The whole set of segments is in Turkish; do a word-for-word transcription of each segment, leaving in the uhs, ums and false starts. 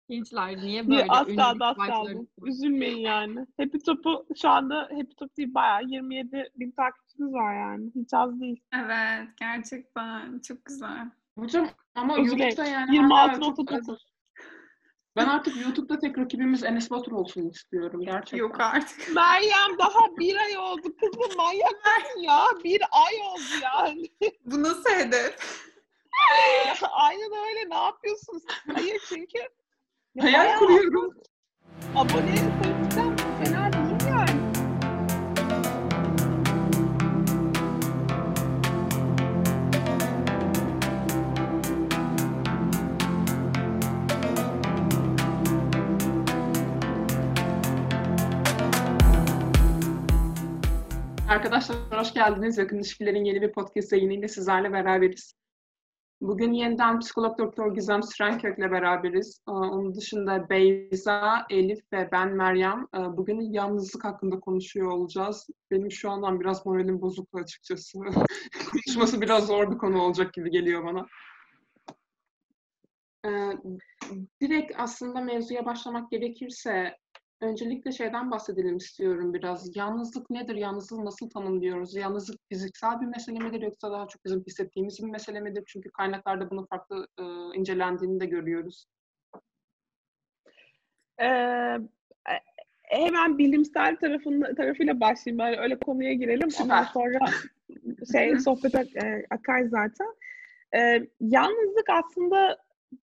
Gençler niye Niye? böyle Az ünlü kaldı, az like'ları kaldı. Üzülmeyin yani. Happy Top'u şu anda Happy Top değil, bayağı yirmi yedi bin takipçimiz var yani. Hiç az değil. Evet, gerçekten çok güzel. Hocam ama Özür dilerim. YouTube'da yani yirmi altı hala çok nokta az. dokuz. Ben artık YouTube'da tek rakibimiz Enes Batur olsun istiyorum gerçekten. Yok artık. Meryem daha bir ay oldu. Kızım manyak mısın ya? Bir ay oldu yani. Bu nasıl hedef? Ya aynen öyle. Ne yapıyorsunuz? Hayır çünkü ya Hayal bayağı kuruyorum. abone sayısı fena değil yani. Arkadaşlar hoş geldiniz. Yakın İlişkilerin yeni bir podcast yayınıyla sizlerle beraberiz. Bugün yeniden psikolog doktor Gizem Sürenkök'le beraberiz. Onun dışında Beyza, Elif ve ben Meryem. Bugün yalnızlık hakkında konuşuyor olacağız. Benim şu andan biraz moralim bozuk açıkçası. Konuşması biraz zor bir konu olacak gibi geliyor bana. Direkt aslında mevzuya başlamak gerekirse öncelikle şeyden bahsedelim istiyorum biraz. Yalnızlık nedir? Yalnızlığı nasıl tanımlıyoruz? Yalnızlık fiziksel bir mesele midir yoksa daha çok bizim hissettiğimiz bir mesele midir? Çünkü kaynaklarda bunun farklı e, incelendiğini de görüyoruz. Ee, hemen bilimsel tarafında, tarafıyla başlayayım. Ben öyle konuya girelim. Ondan sonra şey sohbete e, akar zaten. Ee, yalnızlık aslında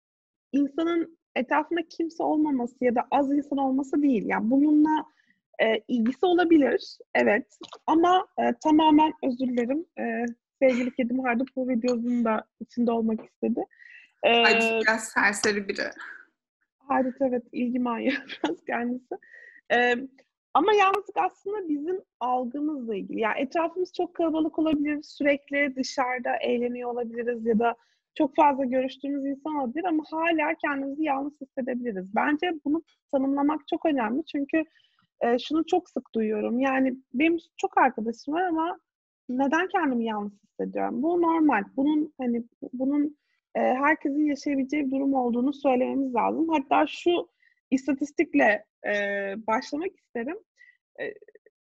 insanın etrafında kimse olmaması ya da az insan olması değil. Yani bununla e, ilgisi olabilir, evet. Ama e, tamamen özür dilerim. E, sevgili kedim Hardip bu videonun da içinde olmak istedi. E, Hadi biraz serseri biri. Hardip evet, ilgi manyağı biraz kendisi. E, ama yalnızlık aslında bizim algımızla ilgili. Yani etrafımız çok kalabalık olabilir, sürekli dışarıda eğleniyor olabiliriz ya da çok fazla görüştüğümüz insan olabilir ama hala kendimizi yalnız hissedebiliriz. Bence bunu tanımlamak çok önemli çünkü e, şunu çok sık duyuyorum. Yani benim çok arkadaşım var ama neden kendimi yalnız hissediyorum? Bu normal. Bunun hani bunun e, herkesin yaşayabileceği bir durum olduğunu söylememiz lazım. Hatta şu istatistikle e, başlamak isterim. E,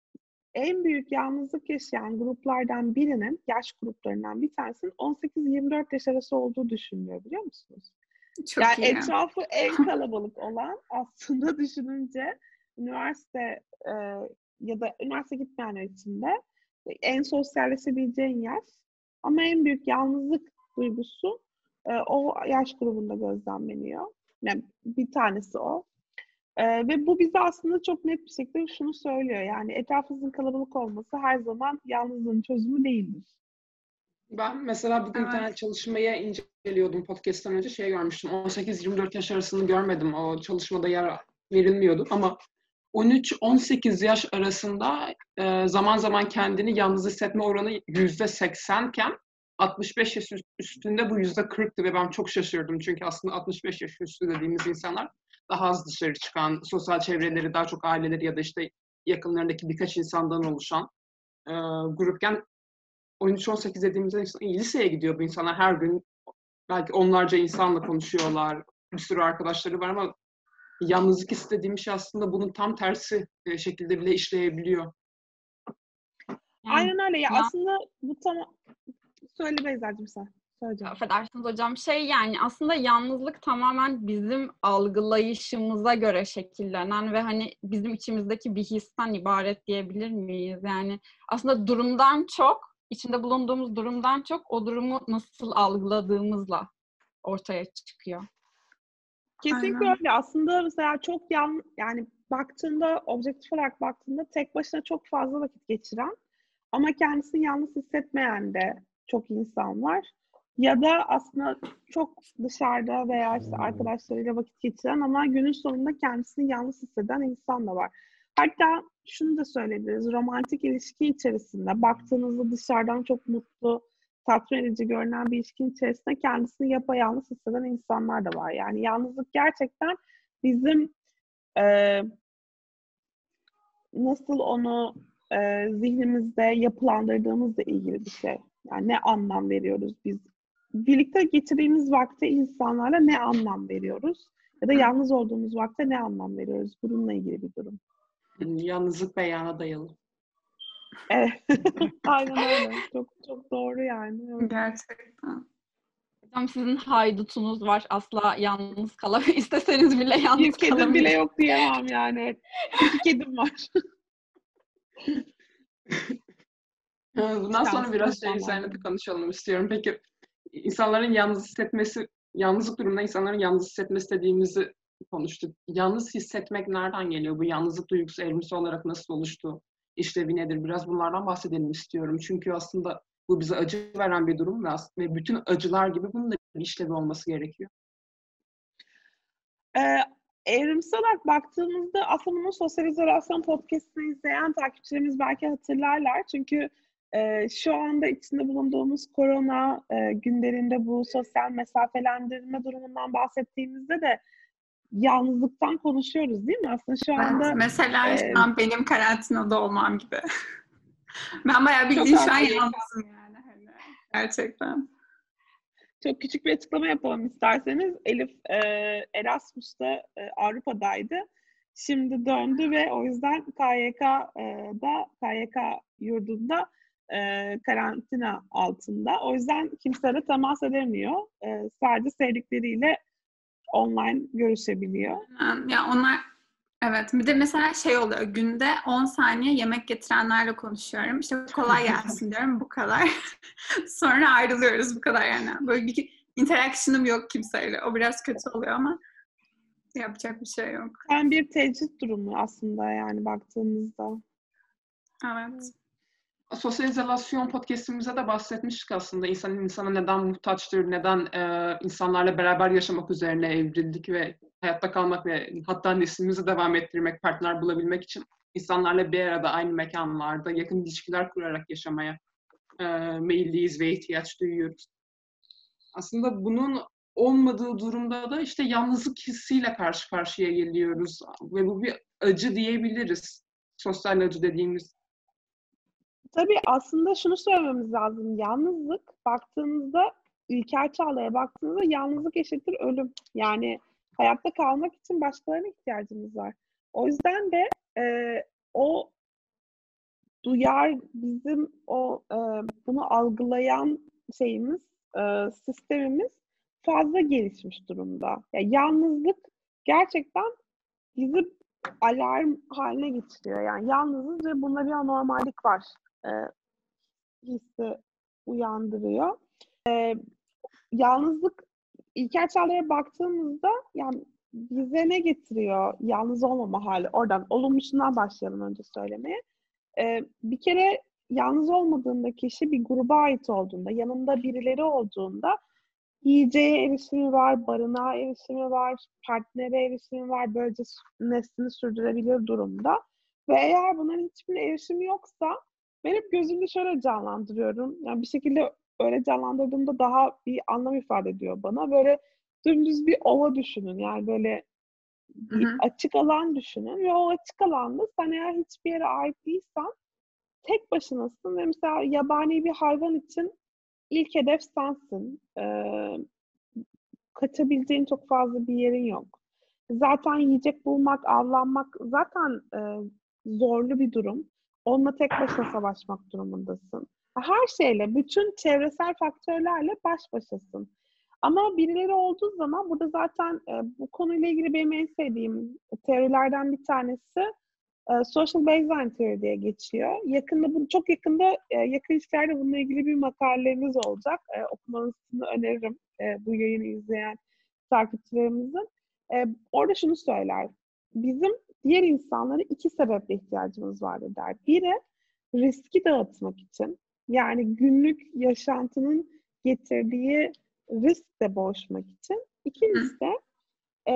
en büyük yalnızlık yaşayan gruplardan birinin, yaş gruplarından bir tanesinin on sekiz yirmi dört yaş arası olduğu düşünülüyor, biliyor musunuz? Çok yani iyi. etrafı en kalabalık olan aslında düşününce üniversite e, ya da üniversite gitmeyenler için de en sosyalleşebileceğin yaş ama en büyük yalnızlık duygusu e, o yaş grubunda gözlemleniyor. Yani bir tanesi o. Ee, ve bu bize aslında çok net bir şekilde şunu söylüyor. Yani etrafımızın kalabalık olması her zaman yalnızlığın çözümü değildir. Ben mesela bugün Evet. bir tane çalışmaya inceliyordum podcast'tan önce şey görmüştüm. on sekiz yirmi dört yaş arasını görmedim. O çalışmada yer verilmiyordu ama on üç on sekiz yaş arasında e, zaman zaman kendini yalnız hissetme oranı yüzde seksen iken altmış beş yaş üstünde bu yüzde kırktı ve ben çok şaşırdım. Çünkü aslında altmış beş yaş üstü dediğimiz insanlar daha az dışarı çıkan, sosyal çevreleri daha çok aileleri ya da işte yakınlarındaki birkaç insandan oluşan e, grupken on üç on sekiz dediğimizde liseye gidiyor bu insanlar. Her gün belki onlarca insanla konuşuyorlar. Bir sürü arkadaşları var ama yalnızlık istediğim şey aslında bunun tam tersi şekilde bile işleyebiliyor. Aynen öyle. Ya Ya, aslında bu tamam. Söyle Beyza'cığım sen. Söyleyeceğim. affedersiniz hocam. Şey yani aslında yalnızlık tamamen bizim algılayışımıza göre şekillenen ve hani bizim içimizdeki bir histen ibaret diyebilir miyiz? Yani aslında durumdan çok, içinde bulunduğumuz durumdan çok o durumu nasıl algıladığımızla ortaya çıkıyor. Kesinlikle Aynen. öyle. Aslında mesela çok yan, yani baktığında, objektif olarak baktığında tek başına çok fazla vakit geçiren ama kendisini yalnız hissetmeyen de çok insan var. Ya da aslında çok dışarıda veya işte arkadaşlarıyla vakit geçiren ama günün sonunda kendisini yalnız hisseden insan da var. Hatta şunu da söyleyebiliriz. Romantik ilişki içerisinde baktığınızda dışarıdan çok mutlu, tatmin edici görünen bir ilişkin içerisinde kendisini yapayalnız hisseden insanlar da var. Yani yalnızlık gerçekten bizim e, nasıl onu e, zihnimizde yapılandırdığımızla ilgili bir şey. Yani ne anlam veriyoruz biz? Birlikte geçirdiğimiz vakte insanlarla ne anlam veriyoruz? Ya da yalnız olduğumuz vakte ne anlam veriyoruz? Bununla ilgili bir durum. Yalnızlık beyana dayalı. Evet. Aynen öyle. Çok çok doğru yani. Evet. Gerçekten. Hocam sizin haydutunuz var. Asla yalnız kalamıyor. İsteseniz bile yalnız Bir kedim bile kalamıyorsunuz. yok diyemem yani. İki kedim var. Bundan sonra Şanslı biraz şey insanlar. üzerine de konuşalım istiyorum. Peki insanların yalnız hissetmesi, yalnızlık durumunda insanların yalnız hissetmesi dediğimizi konuştuk. Yalnız hissetmek nereden geliyor? Bu yalnızlık duygusu evrimsel olarak nasıl oluştu? İşlevi nedir? Biraz bunlardan bahsedelim istiyorum. Çünkü aslında bu bize acı veren bir durum ve, aslında, ve bütün acılar gibi bunun da bir işlevi olması gerekiyor. Ee, evrimsel olarak baktığımızda aslında bunun Sosyal İzolasyon podcast'ını izleyen takipçilerimiz belki hatırlarlar. Çünkü e, şu anda içinde bulunduğumuz korona e, günlerinde bu sosyal mesafelendirme durumundan bahsettiğimizde de yalnızlıktan konuşuyoruz değil mi? Aslında şu Evet, anda mesela e, şu an benim karantinada olmam gibi. Ben bayağı çok bildiğin şu an az- yalnızım yani. Hani, gerçekten. Çok küçük bir açıklama yapalım isterseniz. Elif e, Erasmus'ta e, Avrupa'daydı. Şimdi döndü ve o yüzden K Y K'da, K Y K yurdunda e, karantina altında. O yüzden kimseyle temas edemiyor. E, sadece sevdikleriyle online görüşebiliyor. Yani, ya onlar evet. Bir de mesela şey oluyor. Günde on saniye yemek getirenlerle konuşuyorum. İşte kolay gelsin diyorum. Bu kadar. Sonra ayrılıyoruz. Bu kadar yani. Böyle bir interaction'ım yok kimseyle. O biraz kötü oluyor ama yapacak bir şey yok. Tam bir tecrit durumu aslında yani baktığımızda. Evet. Sosyal İzolasyon podcast'imizde de bahsetmiştik aslında. İnsanın insana neden muhtaçtır, neden e, insanlarla beraber yaşamak üzerine evrildik ve hayatta kalmak ve hatta neslimizi devam ettirmek, partner bulabilmek için insanlarla bir arada aynı mekanlarda yakın ilişkiler kurarak yaşamaya e, meyilliyiz ve ihtiyaç duyuyoruz. Aslında bunun olmadığı durumda da işte yalnızlık hissiyle karşı karşıya geliyoruz ve bu bir acı diyebiliriz. Sosyal acı dediğimiz. Tabii aslında şunu söylememiz lazım. Yalnızlık baktığınızda ilkel çağlara baktığınızda yalnızlık eşittir ölüm. Yani hayatta kalmak için başkalarına ihtiyacımız var. O yüzden de e, o duyar bizim o e, bunu algılayan şeyimiz, e, sistemimiz fazla gelişmiş durumda. Yani yalnızlık gerçekten bizi alarm haline getiriyor. Yani yalnızız ve bunda bir anormallik var. E, hissi uyandırıyor. Ee, yalnızlık ilkel çağlara baktığımızda yani bize ne getiriyor yalnız olmama hali? Oradan olumlusundan başlayalım önce söylemeye. Ee, bir kere yalnız olmadığında kişi bir gruba ait olduğunda, yanında birileri olduğunda yiyeceğe erişimi var, barınağa erişimi var, partnere erişimi var, böylece neslini sürdürebilir durumda. Ve eğer bunların hiçbirine erişimi yoksa ben hep gözümde şöyle canlandırıyorum. Yani bir şekilde öyle canlandırdığımda daha bir anlam ifade ediyor bana. Böyle dümdüz bir ova düşünün. Yani böyle bir Hı hı. açık alan düşünün. Ve o açık alanda sen eğer hiçbir yere ait değilsen tek başınasın. Ve mesela yabani bir hayvan için ilk hedef sensin. Ee, kaçabileceğin çok fazla bir yerin yok. Zaten yiyecek bulmak, avlanmak zaten e, zorlu bir durum. Onunla tek başına savaşmak durumundasın. Her şeyle, bütün çevresel faktörlerle baş başasın. Ama birileri olduğu zaman burada zaten e, bu konuyla ilgili benim en sevdiğim teorilerden bir tanesi e, Social Baseline Theory diye geçiyor. Yakında bunu çok yakında e, yakın ilişkilerde bununla ilgili bir makalemiz olacak. E, okumanızı öneririm e, bu yayını izleyen takipçilerimizin. E, orada şunu söyler. Bizim diğer insanlara iki sebeple ihtiyacımız vardır der. Biri riski dağıtmak için. Yani günlük yaşantının getirdiği riskle boğuşmak için. İkincisi de e,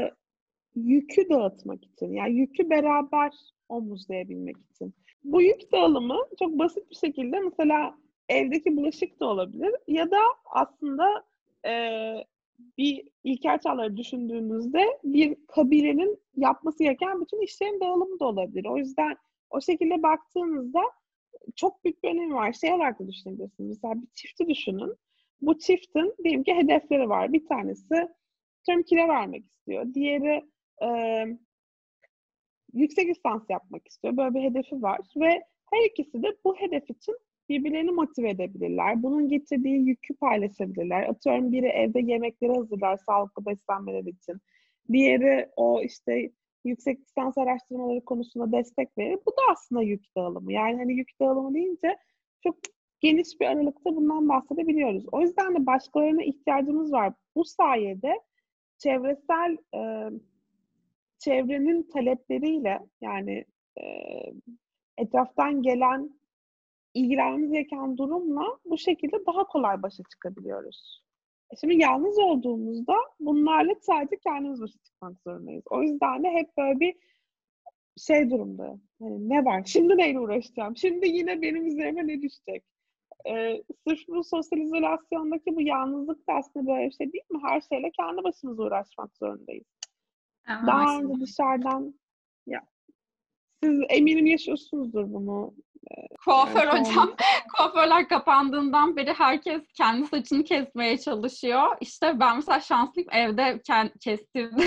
yükü dağıtmak için. Yani yükü beraber omuzlayabilmek için. Bu yük dağılımı çok basit bir şekilde mesela evdeki bulaşık da olabilir ya da aslında e, bir ilkel çağları düşündüğünüzde bir kabilenin yapması gereken bütün işlerin dağılımı da olabilir. O yüzden o şekilde baktığınızda çok büyük bir önemi var. Şey olarak da düşünebilirsiniz. Mesela bir çifti düşünün. Bu çiftin diyelim ki hedefleri var. Bir tanesi atıyorum kilo vermek istiyor. Diğeri e, yüksek lisans yapmak istiyor. Böyle bir hedefi var ve her ikisi de bu hedef için birbirlerini motive edebilirler. Bunun getirdiği yükü paylaşabilirler. Atıyorum biri evde yemekleri hazırlar sağlıklı beslenmeler için. Diğeri o işte yüksek lisans araştırmaları konusunda destek verir. Bu da aslında yük dağılımı. Yani hani yük dağılımı deyince çok geniş bir aralıkta bundan bahsedebiliyoruz. O yüzden de başkalarına ihtiyacımız var. Bu sayede çevresel e, çevrenin talepleriyle yani e, etraftan gelen ilgilenmemiz gereken durumla bu şekilde daha kolay başa çıkabiliyoruz. E şimdi yalnız olduğumuzda bunlarla sadece kendimiz başa çıkmak zorundayız. O yüzden de hep böyle bir şey durumda. Yani ne var? Şimdi neyle uğraşacağım? Şimdi yine benim üzerime ne düşecek? Ee, sırf bu sosyal izolasyondaki bu yalnızlık da aslında böyle bir şey değil mi? Her şeyle kendi başımıza uğraşmak zorundayız. Evet, Daha önce dışarıdan ya siz eminim yaşıyorsunuzdur bunu. Kuaför Yani hocam, kuaförler kapandığından beri herkes kendi saçını kesmeye çalışıyor. İşte ben mesela şanslıyım, evde kend- kestirdim.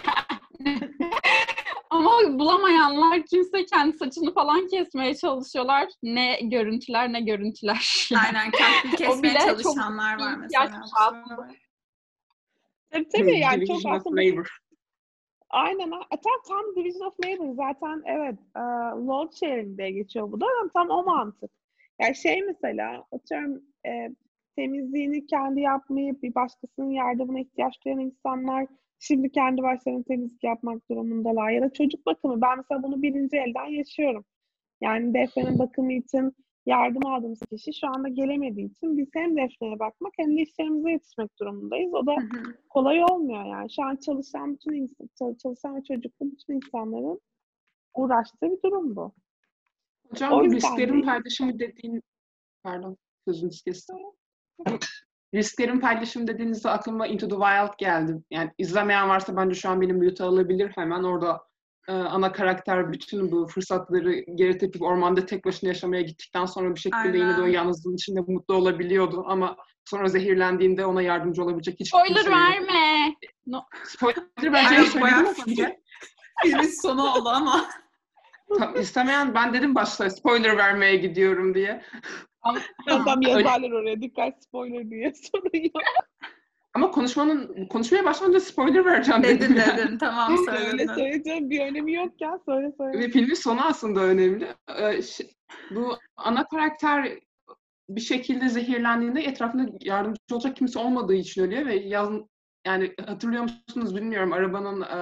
Ama bulamayanlar kimse kendi saçını falan kesmeye çalışıyorlar. Ne görüntüler ne görüntüler. Aynen, kendini kesmeye bile çok çalışanlar var ihtiyaç mesela. rahatsızlık. Tabii tabii yani çok Division of aslında labor. aynen. E, tam, tam Division of Labor zaten evet e, load sharing diye geçiyor bu da ama tam o mantık. Yani şey mesela atıyorum e, temizliğini kendi yapmayıp bir başkasının yardımına ihtiyaç duyan insanlar şimdi kendi başlarına temizlik yapmak durumundalar. Ya da çocuk bakımı. Ben mesela bunu birinci elden yaşıyorum. Yani Defne'nin bakımı için yardım aldığımız kişi şu anda gelemediği için biz hem Defne'ye bakmak hem de işlerimize yetişmek durumundayız. O da Hı hı. kolay olmuyor yani. Şu an çalışan bütün insan, çalışan ve çocuklu bütün insanların uğraştığı bir durum bu. Hocam O bu yüzden risklerin de paylaşımı dediğin, pardon sözünüzü kestim. Risklerin paylaşımı dediğinizde aklıma Into the Wild geldi. Yani izlemeyen varsa bence şu an benim mute alabilir hemen. Orada e, ana karakter bütün bu fırsatları geri tepip ormanda tek başına yaşamaya gittikten sonra bir şekilde yine de o Aynen. yalnızlığın içinde mutlu olabiliyordu. Ama sonra zehirlendiğinde ona yardımcı olabilecek hiç Spoiler kimse yok. verme. No. Spoiler bence Aynen, söyledim bayağı ama film- filmin sonu oldu ama. tam istemeyen ben dedim başta spoiler vermeye gidiyorum diye. Ama, adam yazarlar oraya dikkat spoiler diye sorun yok. Ama konuşmanın konuşmaya başlayınca spoiler vereceğim dedim Dedin yani. dedin, tamam Öyle söyledin. söyleyeceğim bir önemi yok ya söyle söyle. Ve filmin sonu aslında önemli. Ee, ş- bu ana karakter bir şekilde zehirlendiğinde etrafında yardımcı olacak kimse olmadığı için ölüyor ve yaz, yani hatırlıyor musunuz bilmiyorum, arabanın e,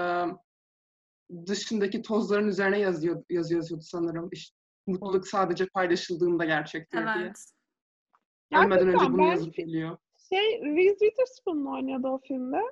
dışındaki tozların üzerine yazıyor, yazı yazıyordu sanırım. İşte, mutluluk sadece paylaşıldığında gerçektir diye. Evet. Ölmeden önce Gerçekten bunu ben yazıp ölüyor. şey Reese Witherspoon mu oynuyordu o filmde?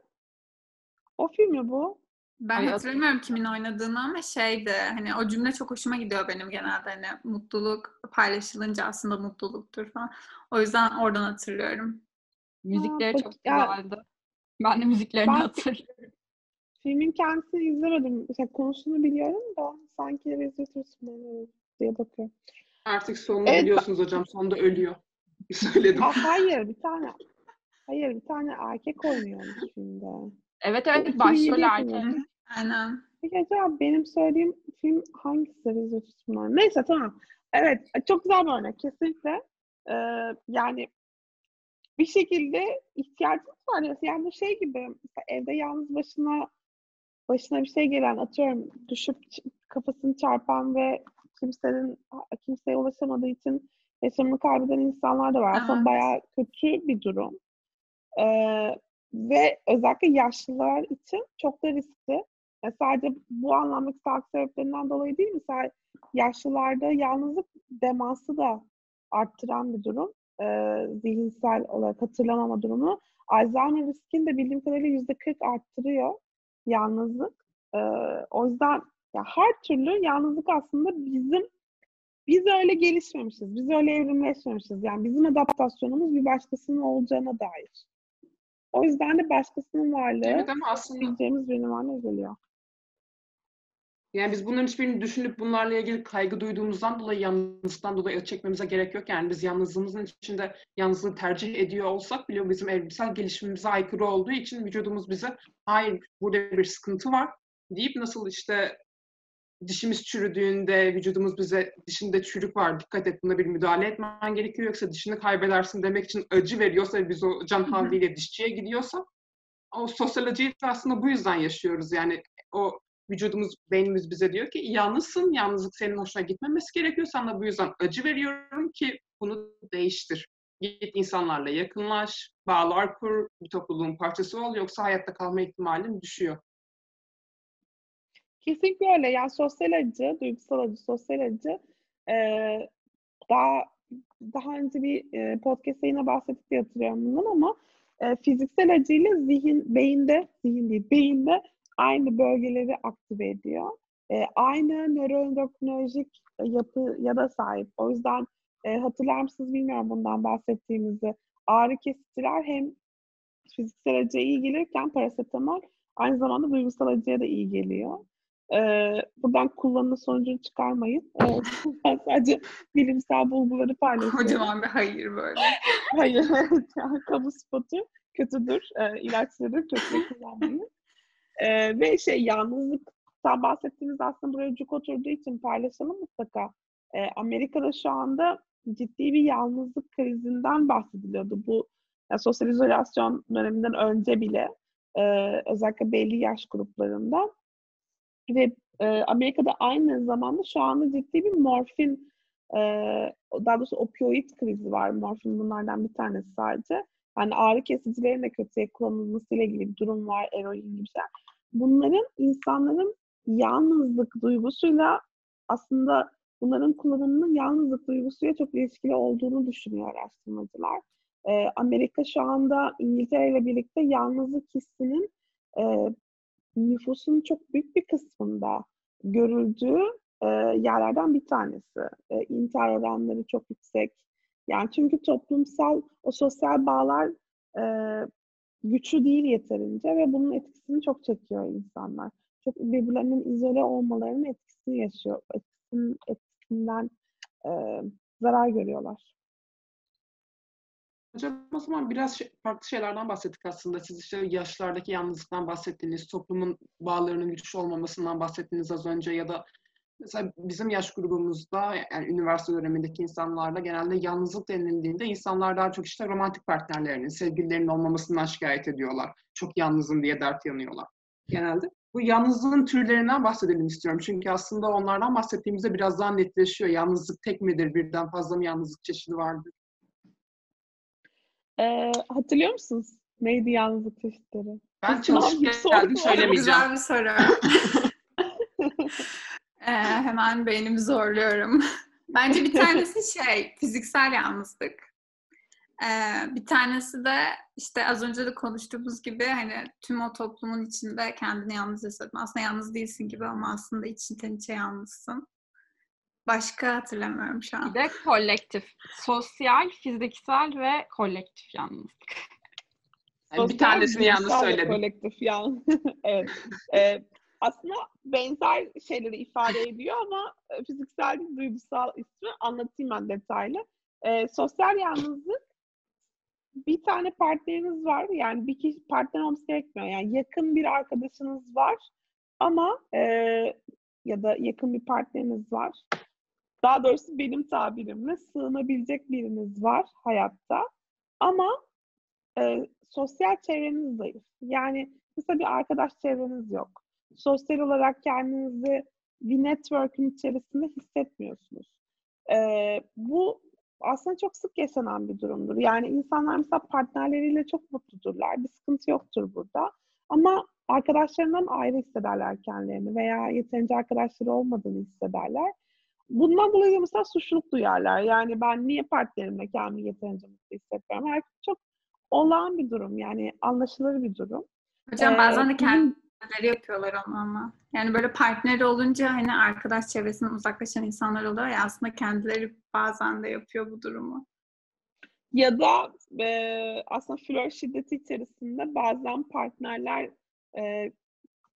O film mi bu? Ben Ay, hatırlamıyorum kimin oynadığını ama şeydi, hani o cümle çok hoşuma gidiyor benim genelde, hani mutluluk paylaşılınca aslında mutluluktur falan. O yüzden oradan hatırlıyorum. müzikleri bak- çok ya- güzeldi. Ben de müziklerini Ben- hatırlıyorum. Filmin kendisini izlemedim. Mesela konusunu biliyorum da sanki Reese Witherspoon diye bakıyorum. Artık sonunu Evet, biliyorsunuz hocam. Sonunda ölüyor. Söyledim. Aa, hayır bir tane hayır bir tane erkek oynuyormuş filmde. Evet Bu evet iki bin başrol yedi erkek. yapımı. Aynen. Peki acaba benim söylediğim film hangisi Reese Witherspoon'dan? Neyse tamam. Evet çok güzel bir örnek kesinlikle. Ee, yani bir şekilde ihtiyacımız var. ya. Yani bu şey gibi mesela evde yalnız başına başına bir şey gelen atıyorum düşüp ç- kafasını çarpan ve kimsenin kimseye ulaşamadığı için yaşamını kaybeden insanlar da var. Aslında Evet. bayağı kötü bir durum. Ee, ve özellikle yaşlılar için çok da riskli. Yani sadece bu anlamdaki sağlık sebeplerinden dolayı değil, mesela yaşlılarda yalnızlık demansı da arttıran bir durum. Ee, zihinsel olarak hatırlamama durumu. Alzheimer riskini de bildiğim kadarıyla yüzde kırk arttırıyor yalnızlık. Ee, o yüzden ya her türlü yalnızlık aslında bizim biz öyle gelişmemişiz. Biz öyle evrimleşmemişiz. Yani bizim adaptasyonumuz bir başkasının olacağına dair. O yüzden de başkasının varlığı Evet ama aslında bileceğimiz birinin varlığı geliyor. Yani biz bunların hiçbirini düşünüp bunlarla ilgili kaygı duyduğumuzdan dolayı, yalnızlıktan dolayı acı çekmemize gerek yok. Yani biz yalnızlığımızın içinde yalnızlığı tercih ediyor olsak bile bizim evrimsel gelişimimize aykırı olduğu için vücudumuz bize hayır burada bir sıkıntı var deyip, nasıl işte dişimiz çürüdüğünde vücudumuz bize dişinde çürük var, dikkat et buna bir müdahale etmen gerekiyor, yoksa dişini kaybedersin demek için acı veriyorsa ve biz o can havliyle dişçiye gidiyorsa, o sosyal acıyı da aslında bu yüzden yaşıyoruz. Yani o vücudumuz, beynimiz bize diyor ki yalnızsın, yalnızlık senin hoşuna gitmemesi gerekiyor. Sana bu yüzden acı veriyorum ki bunu değiştir. Git insanlarla yakınlaş, bağlar kur, bir topluluğun parçası ol, yoksa hayatta kalma ihtimalin düşüyor. Kesinlikle öyle. Yani sosyal acı, duygusal acı, sosyal acı e, daha daha önce bir e, podcast'te yine bahsettik diye hatırlıyorum bundan, ama e, fiziksel acıyla zihin, beyinde, zihin değil, beyinde aynı bölgeleri aktive ediyor. E, aynı nöroendokrinolojik yapı ya da sahip. O yüzden e, hatırlar mısınız bilmiyorum bundan bahsettiğimizi. Ağrı kesiciler hem fiziksel acıya iyi gelirken parasetamol aynı zamanda duygusal acıya da iyi geliyor. Ee, buradan kullanımı sonucunu çıkarmayın. Ee, ben sadece bilimsel bulguları paylaşıyorum. Kocaman bir hayır böyle. Hayır, evet. Yani kamu spotu kötüdür. Ee, ilaçları kötüye kullanmayın. Ee, ve şey, yalnızlıktan bahsettiğimiz aslında buraya cuk oturduğu için paylaşalım mutlaka. Ee, Amerika'da şu anda ciddi bir yalnızlık krizinden bahsediliyordu. Bu yani sosyal izolasyon döneminden önce bile e, özellikle belli yaş gruplarında. Ve e, Amerika'da aynı zamanda şu anda ciddi bir morfin, e, daha doğrusu opioid krizi var. Morfin bunlardan bir tanesi sadece. Yani ağrı kesicilerin de kötüye kullanılmasıyla ilgili bir durum var, eroin gibi şeyler. Bunların insanların yalnızlık duygusuyla, aslında bunların kullanımının yalnızlık duygusuyla çok ilişkili olduğunu düşünüyor araştırmacılar. E, Amerika şu anda İngiltere ile birlikte yalnızlık hissinin e, nüfusun çok büyük bir kısmında görüldüğü e, yerlerden bir tanesi. E, intihar oranları çok yüksek. Yani çünkü toplumsal, o sosyal bağlar e, güçlü değil yeterince ve bunun etkisini çok çekiyor insanlar. Çok birbirlerinin izole olmalarının etkisini yaşıyor. Etkisinin, etkisinden e, zarar görüyorlar. Hocam o zaman biraz şey, farklı şeylerden bahsettik aslında. Siz işte yaşlardaki yalnızlıktan bahsettiniz, toplumun bağlarının güçlü olmamasından bahsettiniz az önce, ya da mesela bizim yaş grubumuzda, yani üniversite dönemindeki insanlarla genelde yalnızlık denildiğinde insanlar daha çok işte romantik partnerlerinin, sevgililerinin olmamasından şikayet ediyorlar. Çok yalnızım diye dert yanıyorlar genelde. Bu yalnızlığın türlerinden bahsedelim istiyorum. Çünkü aslında onlardan bahsettiğimizde biraz daha netleşiyor. Yalnızlık tek midir? Birden fazla mı yalnızlık çeşidi vardır? Ee, hatırlıyor musunuz? Neydi yalnızlık çeşitleri? Ben Bu sınav çalışıp gibi soru geldim, mu? söylemeyeceğim. Güzel bir soru. ee, hemen beynimi zorluyorum. Bence bir tanesi şey, fiziksel yalnızlık. Ee, bir tanesi de işte az önce de konuştuğumuz gibi hani tüm o toplumun içinde kendini yalnız hissetme. Aslında yalnız değilsin gibi ama aslında içten içe yalnızsın. Başka hatırlamıyorum şu an. Bir de kolektif. Sosyal, fiziksel ve kolektif yalnızlık. Yani bir tanesini yalnız söyledim. Kolektif yalnız. Evet. Ee, aslında benzer şeyleri ifade ediyor ama fiziksel değil, duygusal ismi. Anlatayım ben detaylı. Ee, sosyal yalnızlık, bir tane partneriniz var. Yani bir kişi partner olması gerekmiyor. Yani yakın bir arkadaşınız var ama e, ya da yakın bir partneriniz var. Daha doğrusu benim tabirimle sığınabilecek biriniz var hayatta. Ama e, sosyal çevreniz zayıf. Yani mesela bir arkadaş çevreniz yok. Sosyal olarak kendinizi bir network'ün içerisinde hissetmiyorsunuz. E, bu aslında çok sık yaşanan bir durumdur. Yani insanlar mesela partnerleriyle çok mutludurlar. Bir sıkıntı yoktur burada. Ama arkadaşlarından ayrı hissederler kendilerini veya yeterince arkadaşları olmadığını hissederler. Bundan dolayı mesela suçluluk duyarlar. Yani ben niye partnerimle kendimi yeterince mutlu hissetmiyorum? Her çok olağan bir durum. Yani anlaşılır bir durum. Hocam Ee, bazen de bizim... kendileri yapıyorlar onu ama. Yani böyle partneri olunca hani arkadaş çevresinden uzaklaşan insanlar oluyor ya, aslında kendileri bazen de yapıyor bu durumu. Ya da e, aslında flört şiddeti içerisinde bazen partnerler e,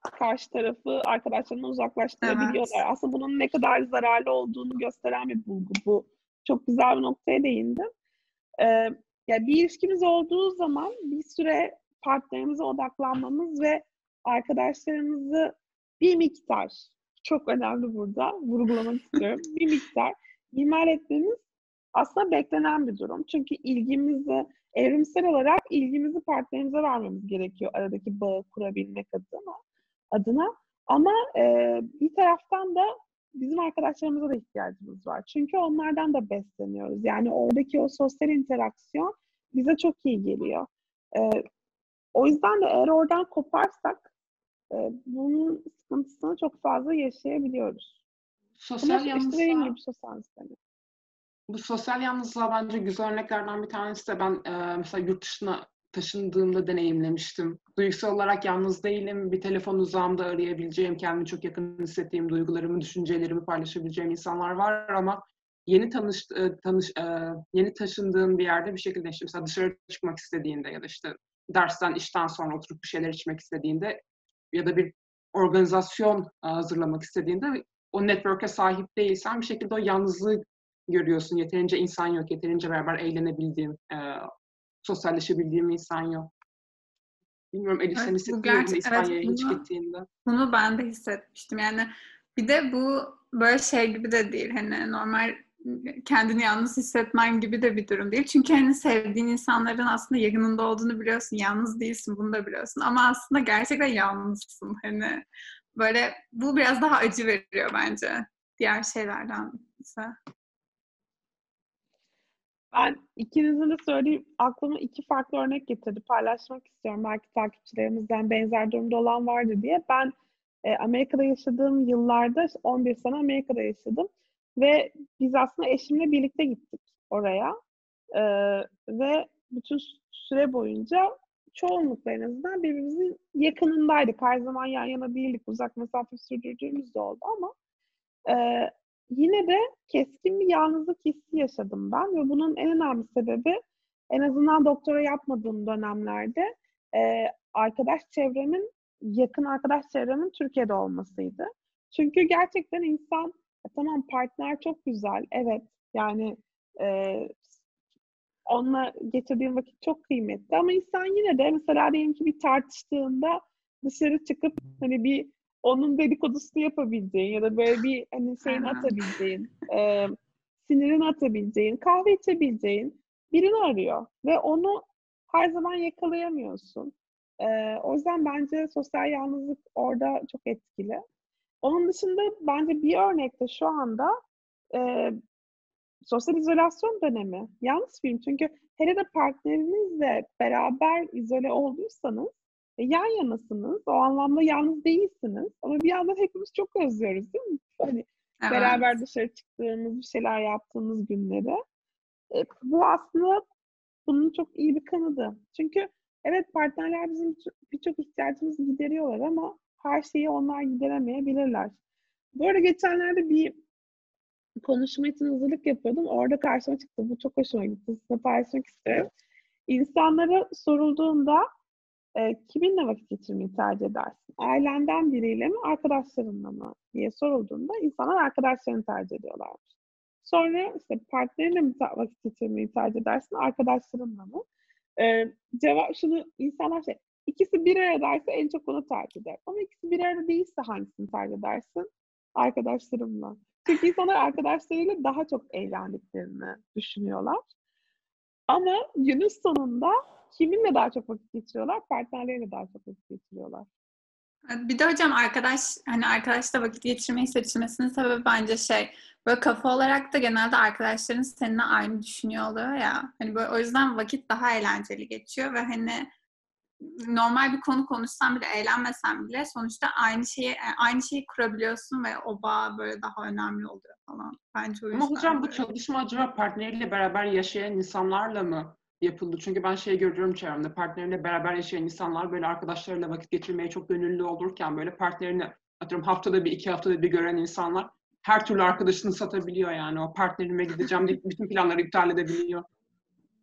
karşı tarafı arkadaşlarından uzaklaştırabiliyorlar. Evet. Aslında bunun ne kadar zararlı olduğunu gösteren bir bulgu bu. Çok güzel bir noktaya değindim. Ee, ya bir ilişkimiz olduğu zaman bir süre partnerimize odaklanmamız ve arkadaşlarımızı bir miktar, çok önemli burada, vurgulamak istiyorum, bir miktar ihmal etmemiz aslında beklenen bir durum. Çünkü ilgimizi, evrimsel olarak ilgimizi partnerimize vermemiz gerekiyor aradaki bağı kurabilmek adına. adına. Ama e, bir taraftan da bizim arkadaşlarımıza da ihtiyacımız var. Çünkü onlardan da besleniyoruz. Yani oradaki o sosyal interaksiyon bize çok iyi geliyor. E, o yüzden de eğer oradan koparsak e, bunun sıkıntısını çok fazla yaşayabiliyoruz. Sosyal Ama işte dediğim yalnızlığa gibi sosyal istemiyor. Bu sosyal yalnızlığa bence güzel örneklerden bir tanesi de ben e, mesela yurt dışına taşındığımda deneyimlemiştim. Duygusal olarak yalnız değilim. Bir telefon uzağımda arayabileceğim, kendimi çok yakın hissettiğim, duygularımı, düşüncelerimi paylaşabileceğim insanlar var ama yeni tanış, e, tanış e, yeni taşındığım bir yerde bir şekilde işte mesela dışarı çıkmak istediğinde ya da işte dersten, işten sonra oturup bir şeyler içmek istediğinde ya da bir organizasyon e, hazırlamak istediğinde o network'e sahip değilsen bir şekilde o yalnızlığı görüyorsun. Yeterince insan yok, yeterince beraber eğlenebildiğim, e, sosyalleşebildiğim insan yok. Bilmiyorum Elif sen Evet, bu hissettin mi bunu gerçek, evet İspanya'ya hiç bunu, gittiğinde? bunu ben de hissetmiştim. Yani bir de bu böyle şey gibi de değil. Hani normal kendini yalnız hissetmen gibi de bir durum değil. Çünkü hani sevdiğin insanların aslında yakınında olduğunu biliyorsun. Yalnız değilsin, bunu da biliyorsun. Ama aslında gerçekten yalnızsın. Hani böyle bu biraz daha acı veriyor bence diğer şeylerden ise. Ben ikinizin de söyleyeyim, aklıma iki farklı örnek getirdi. Paylaşmak istiyorum. Belki takipçilerimizden benzer durumda olan vardır diye. Ben e, Amerika'da yaşadığım yıllarda on bir sene Amerika'da yaşadım. Ve biz aslında eşimle birlikte gittik oraya. E, ve bütün süre boyunca çoğunlukla en azından birbirimizin yakınındaydık. Her zaman yan yana değildik. Uzak mesafe sürdürdüğümüz de oldu ama e, yine de keskin bir yalnızlık hissi yaşadım ben ve bunun en önemli sebebi en azından doktora yapmadığım dönemlerde e, arkadaş çevremin, yakın arkadaş çevremin Türkiye'de olmasıydı. Çünkü gerçekten insan, e, tamam partner çok güzel, evet yani e, onunla geçirdiğim vakit çok kıymetli ama insan yine de mesela diyelim ki bir tartıştığında dışarı çıkıp hani bir onun dedikodusunu yapabileceğin ya da böyle bir hani şeyini Aynen. atabileceğin, e, sinirini atabileceğin, kahve içebileceğin birini arıyor ve onu her zaman yakalayamıyorsun. E, o yüzden bence sosyal yalnızlık orada çok etkili. Onun dışında bence bir örnekte şu anda e, sosyal izolasyon dönemi. Yalnız film çünkü hele de partnerinizle beraber izole olduysanız e, yan yanasınız. O anlamda yalnız değilsiniz. Ama bir yandan hepimiz çok özlüyoruz değil mi? Hani Evet. beraber dışarı çıktığımız, bir şeyler yaptığımız günleri. E, bu aslında bunun çok iyi bir kanıdı. Çünkü evet partnerler bizim birçok ihtiyacımızı gideriyorlar ama her şeyi onlar gideremeyebilirler. Bu arada geçenlerde bir konuşma için hazırlık yapıyordum. Orada karşıma çıktı. Bu çok hoşuma gitti. Sizinle paylaşmak isterim. İnsanlara sorulduğunda e, kiminle vakit geçirmeyi tercih edersin? Ailenden biriyle mi, arkadaşlarınla mı diye sorulduğunda insanlar arkadaşlarını tercih ediyorlarmış. Sonra işte partnerinle mi vakit geçirmeyi tercih edersin, arkadaşlarınla mı? E, cevap şunu, insanlar şey, ikisi bir aradaysa en çok onu tercih eder. Ama ikisi bir arada değilse hangisini tercih edersin? Arkadaşlarımla. Çünkü insanlar arkadaşlarıyla daha çok eğlendiklerini düşünüyorlar. Ama günün sonunda kiminle daha çok vakit geçiriyorlar? Partnerleriyle daha çok vakit geçiriyorlar. Bir de hocam arkadaş hani arkadaşla vakit geçirmeyi seçilmesinin sebebi bence şey böyle kafa olarak da genelde arkadaşların seninle aynı düşünüyor oluyor ya. Hani böyle o yüzden vakit daha eğlenceli geçiyor ve hani normal bir konu konuşsan bile eğlenmesen bile sonuçta aynı şeyi aynı şeyi kurabiliyorsun ve o bağ böyle daha önemli oluyor falan. Bence o yüzden. Ama hocam bu böyle. çalışma acaba partneriyle beraber yaşayan insanlarla mı yapıldı? Çünkü ben şey görüyorum çevremde, partneriyle beraber yaşayan insanlar böyle arkadaşlarıyla vakit geçirmeye çok gönüllü olurken böyle partnerini atıyorum haftada bir, iki haftada bir gören insanlar her türlü arkadaşını satabiliyor yani. O partnerime gideceğim deyip bütün planları iptal edebiliyor.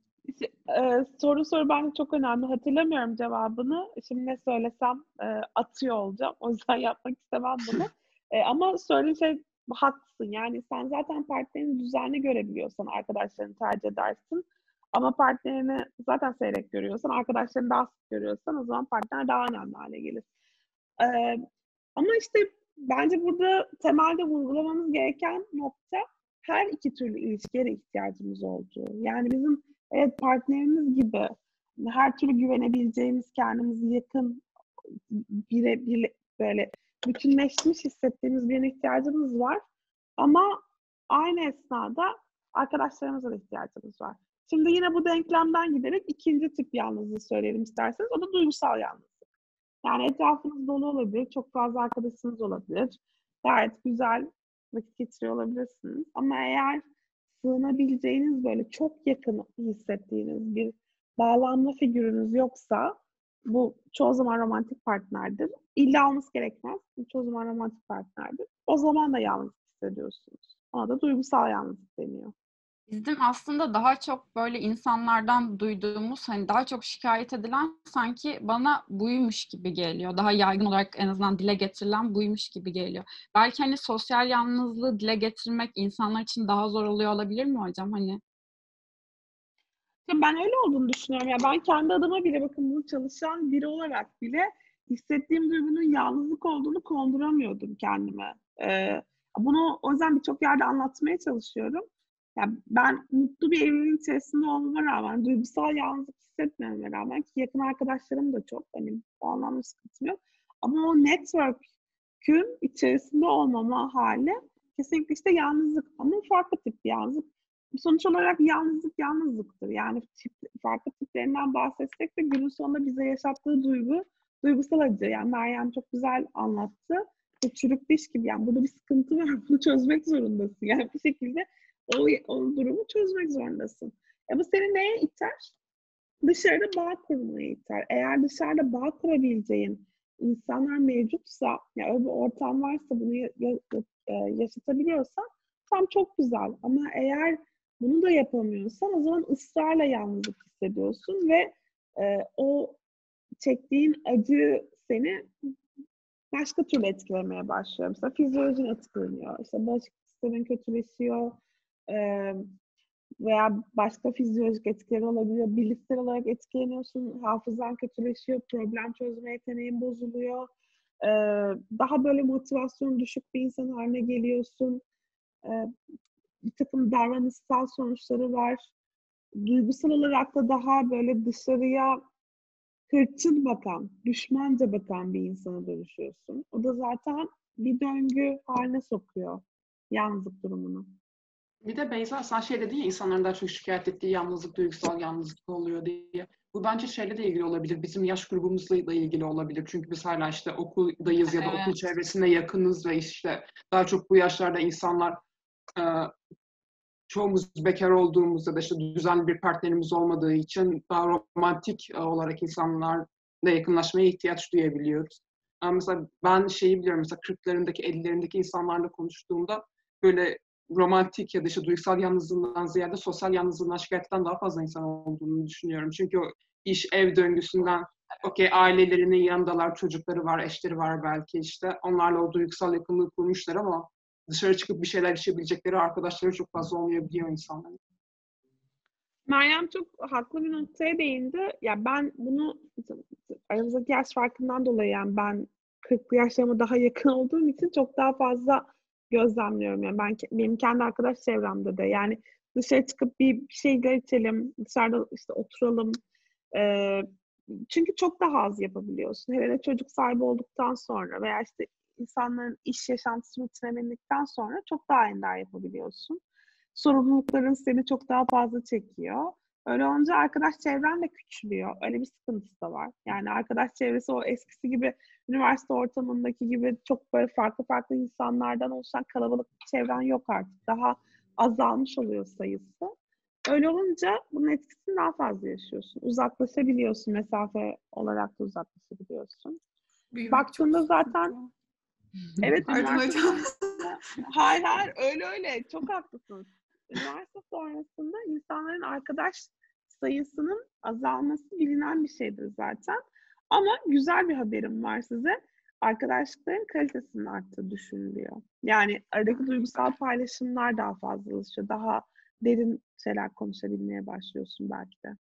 e, soru soru bence çok önemli. Hatırlamıyorum cevabını. Şimdi ne söylesem e, atıyor olacağım. O yüzden yapmak istemem bunu. E, ama söylediğin şey haklısın. Yani sen zaten partnerini düzenli görebiliyorsan arkadaşlarını tercih edersin. Ama partnerini zaten seyrek görüyorsan, arkadaşlarını daha sık görüyorsan o zaman partner daha önemli hale gelir. E, ama işte bence burada temelde vurgulamamız gereken nokta her iki türlü ilişkiye ihtiyacımız olduğu. Yani bizim evet partnerimiz gibi her türlü güvenebileceğimiz, kendimizi yakın, bire, bire, böyle bütünleşmiş hissettiğimiz birine ihtiyacımız var. Ama aynı esnada arkadaşlarımıza da ihtiyacımız var. Şimdi yine bu denklemden giderek ikinci tip yalnızlığı söyleyelim isterseniz. O da duygusal yalnızlık. Yani etrafınız dolu olabilir, çok fazla arkadaşınız olabilir. Gayet güzel vakit geçiriyor olabilirsiniz. Ama eğer sığınabileceğiniz böyle çok yakın hissettiğiniz bir bağlanma figürünüz yoksa bu çoğu zaman romantik partnerdir. İlla olması gerekmez. Çoğu zaman romantik partnerdir. O zaman da yalnız hissediyorsunuz. Ona da duygusal yalnızlık deniyor. Bizim aslında daha çok böyle insanlardan duyduğumuz, hani daha çok şikayet edilen sanki bana buymuş gibi geliyor. Daha yaygın olarak en azından dile getirilen buymuş gibi geliyor. Belki hani sosyal yalnızlığı dile getirmek insanlar için daha zor oluyor olabilir mi hocam? Hani Ben öyle olduğunu düşünüyorum. Ya ben kendi adıma bile bakın bunu çalışan biri olarak bile hissettiğim duygunun yalnızlık olduğunu konduramıyordum kendime. Ee, bunu o yüzden birçok yerde anlatmaya çalışıyorum. Ya ben mutlu bir evliliğin içerisinde olmama rağmen, duygusal yalnızlık hissetmememe rağmen ki yakın arkadaşlarım da çok, hani o anlamda sıkıntım yok. Ama o network'ün içerisinde olmama hali kesinlikle işte yalnızlık ama farklı tip bir yalnızlık. Sonuç olarak yalnızlık yalnızlıktır. Yani tip, farklı tiplerinden bahsetsek de günün sonunda bize yaşattığı duygu duygusal acı. Yani Meryem çok güzel anlattı. Bu çürük diş gibi. Yani burada bir sıkıntı var. Bunu çözmek zorundasın. Yani bir şekilde o, o durumu çözmek zorundasın. E bu seni neye iter? Dışarıda bağ kurmaya iter. Eğer dışarıda bağ kurabileceğin insanlar mevcutsa, ya öyle bir ortam varsa, bunu ya, ya, yaşatabiliyorsan tam çok güzel. Ama eğer bunu da yapamıyorsan o zaman ısrarla yalnızlık hissediyorsun ve e, o çektiğin acı seni başka türlü etkilemeye başlıyor. Mesela fizyolojin etkileniyor, işte bağışıklık sistemin kötüleşiyor e, veya başka fizyolojik etkileri olabiliyor. Bilişsel olarak etkileniyorsun, hafızan kötüleşiyor, problem çözme yeteneğin bozuluyor. E, daha böyle motivasyon düşük bir insan haline geliyorsun. E, bir takım davranışsal sonuçları var. Duygusal olarak da daha böyle dışarıya hırçın bakan, düşmanca bakan bir insana dönüşüyorsun. O da zaten bir döngü haline sokuyor yalnızlık durumunu. Bir de Beyza sen şey dedin ya, insanların daha çok şikayet ettiği yalnızlık, duygusal yalnızlık oluyor diye. Bu bence şeyle de ilgili olabilir. Bizim yaş grubumuzla da ilgili olabilir. Çünkü biz hala işte okuldayız ya da Evet. okul çevresinde yakınız ve işte daha çok bu yaşlarda insanlar e, çoğumuz bekar olduğumuzda da işte düzenli bir partnerimiz olmadığı için daha romantik olarak insanlarla yakınlaşmaya ihtiyaç duyabiliyoruz. Yani mesela ben şeyi biliyorum, mesela kırklarındaki, ellilerindeki insanlarla konuştuğumda böyle romantik ya da işte duygusal yalnızlığından ziyade sosyal yalnızlığından şikayet eden daha fazla insan olduğunu düşünüyorum. Çünkü o iş, ev döngüsünden, okey ailelerinin yanındalar, çocukları var, eşleri var belki işte. Onlarla o duygusal yakınlığı kurmuşlar ama dışarı çıkıp bir şeyler içebilecekleri arkadaşları çok fazla olmayabiliyor insanların. Meryem çok haklı bir noktaya değindi. Ya ben bunu aramızdaki yaş farkından dolayı, yani ben kırklı yaşlarıma daha yakın olduğum için çok daha fazla gözlemliyorum. Yani ben benim kendi arkadaş çevremde de, yani dışarı çıkıp bir, bir şeyler içelim, dışarıda işte oturalım. Ee, çünkü çok daha az yapabiliyorsun. Hele de çocuk sahibi olduktan sonra veya işte insanların iş yaşantısı rutinine bindikten sonra çok daha ender yapabiliyorsun. Sorumlulukların seni çok daha fazla çekiyor. Öyle olunca arkadaş çevren de küçülüyor. Öyle bir sıkıntısı da var. Yani arkadaş çevresi o eskisi gibi, üniversite ortamındaki gibi çok böyle farklı farklı insanlardan oluşan kalabalık bir çevren yok artık. Daha azalmış oluyor sayısı. Öyle olunca bunun etkisini daha fazla yaşıyorsun. Uzaklaşabiliyorsun, mesafe olarak da uzaklaşabiliyorsun. Büyümek Baktığında çok zaten sıkıntı. evet, Pardon üniversite hocam. sonrasında hayır hayır öyle öyle çok haklısın. Üniversite sonrasında insanların arkadaş sayısının azalması bilinen bir şeydir zaten. Ama güzel bir haberim var size. Arkadaşlıkların kalitesinin arttığı düşünülüyor. Yani aradaki duygusal paylaşımlar daha fazlalaşıyor. Daha derin şeyler konuşabilmeye başlıyorsun belki de.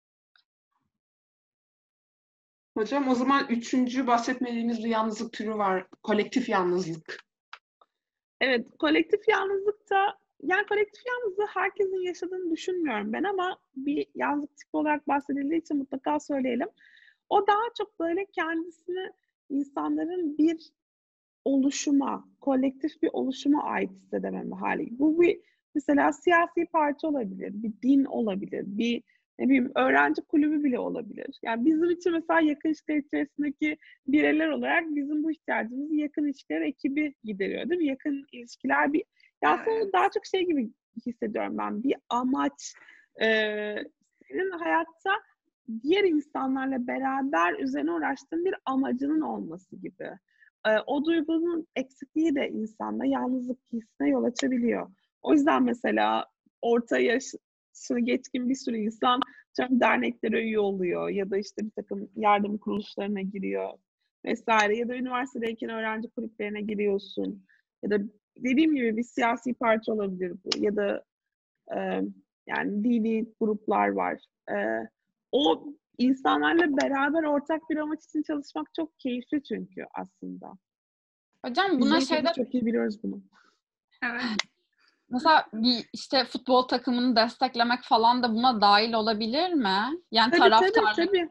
Hocam o zaman üçüncü bahsetmediğimiz bir yalnızlık türü var. Kolektif yalnızlık. Evet, kolektif yalnızlıkta, yani kolektif yalnızlığı herkesin yaşadığını düşünmüyorum ben ama bir yalnızlık tipi olarak bahsedildiği için mutlaka söyleyelim. O daha çok böyle kendisini insanların bir oluşuma, kolektif bir oluşuma ait hissedememe hali. Bu bir mesela siyasi parti olabilir, bir din olabilir, bir ne bileyim öğrenci kulübü bile olabilir. Yani bizim için mesela yakın ilişkiler içerisindeki bireyler olarak bizim bu ihtiyacımızı yakın ilişkiler ekibi gideriyor değil mi? Yakın ilişkiler bir ya aslında Evet. daha çok şey gibi hissediyorum ben. Bir amaç ee, senin hayatta diğer insanlarla beraber üzerine uğraştığın bir amacının olması gibi. Ee, o duygunun eksikliği de insanda yalnızlık hissine yol açabiliyor. O yüzden mesela orta yaşını geçkin bir sürü insan tüm derneklere üye oluyor ya da işte bir takım yardım kuruluşlarına giriyor vesaire ya da üniversitedeyken öğrenci kulüplerine giriyorsun ya da dediğim gibi bir siyasi parti olabilir bu ya da e, yani dini gruplar var. E, o insanlarla beraber ortak bir amaç için çalışmak çok keyifli çünkü aslında. Hocam Biz buna de şeyde hepimiz çok iyi biliyoruz bunu. Evet. mesela bir işte futbol takımını desteklemek falan da buna dahil olabilir mi? Yani Tabii tabii taraftarlık. tabii.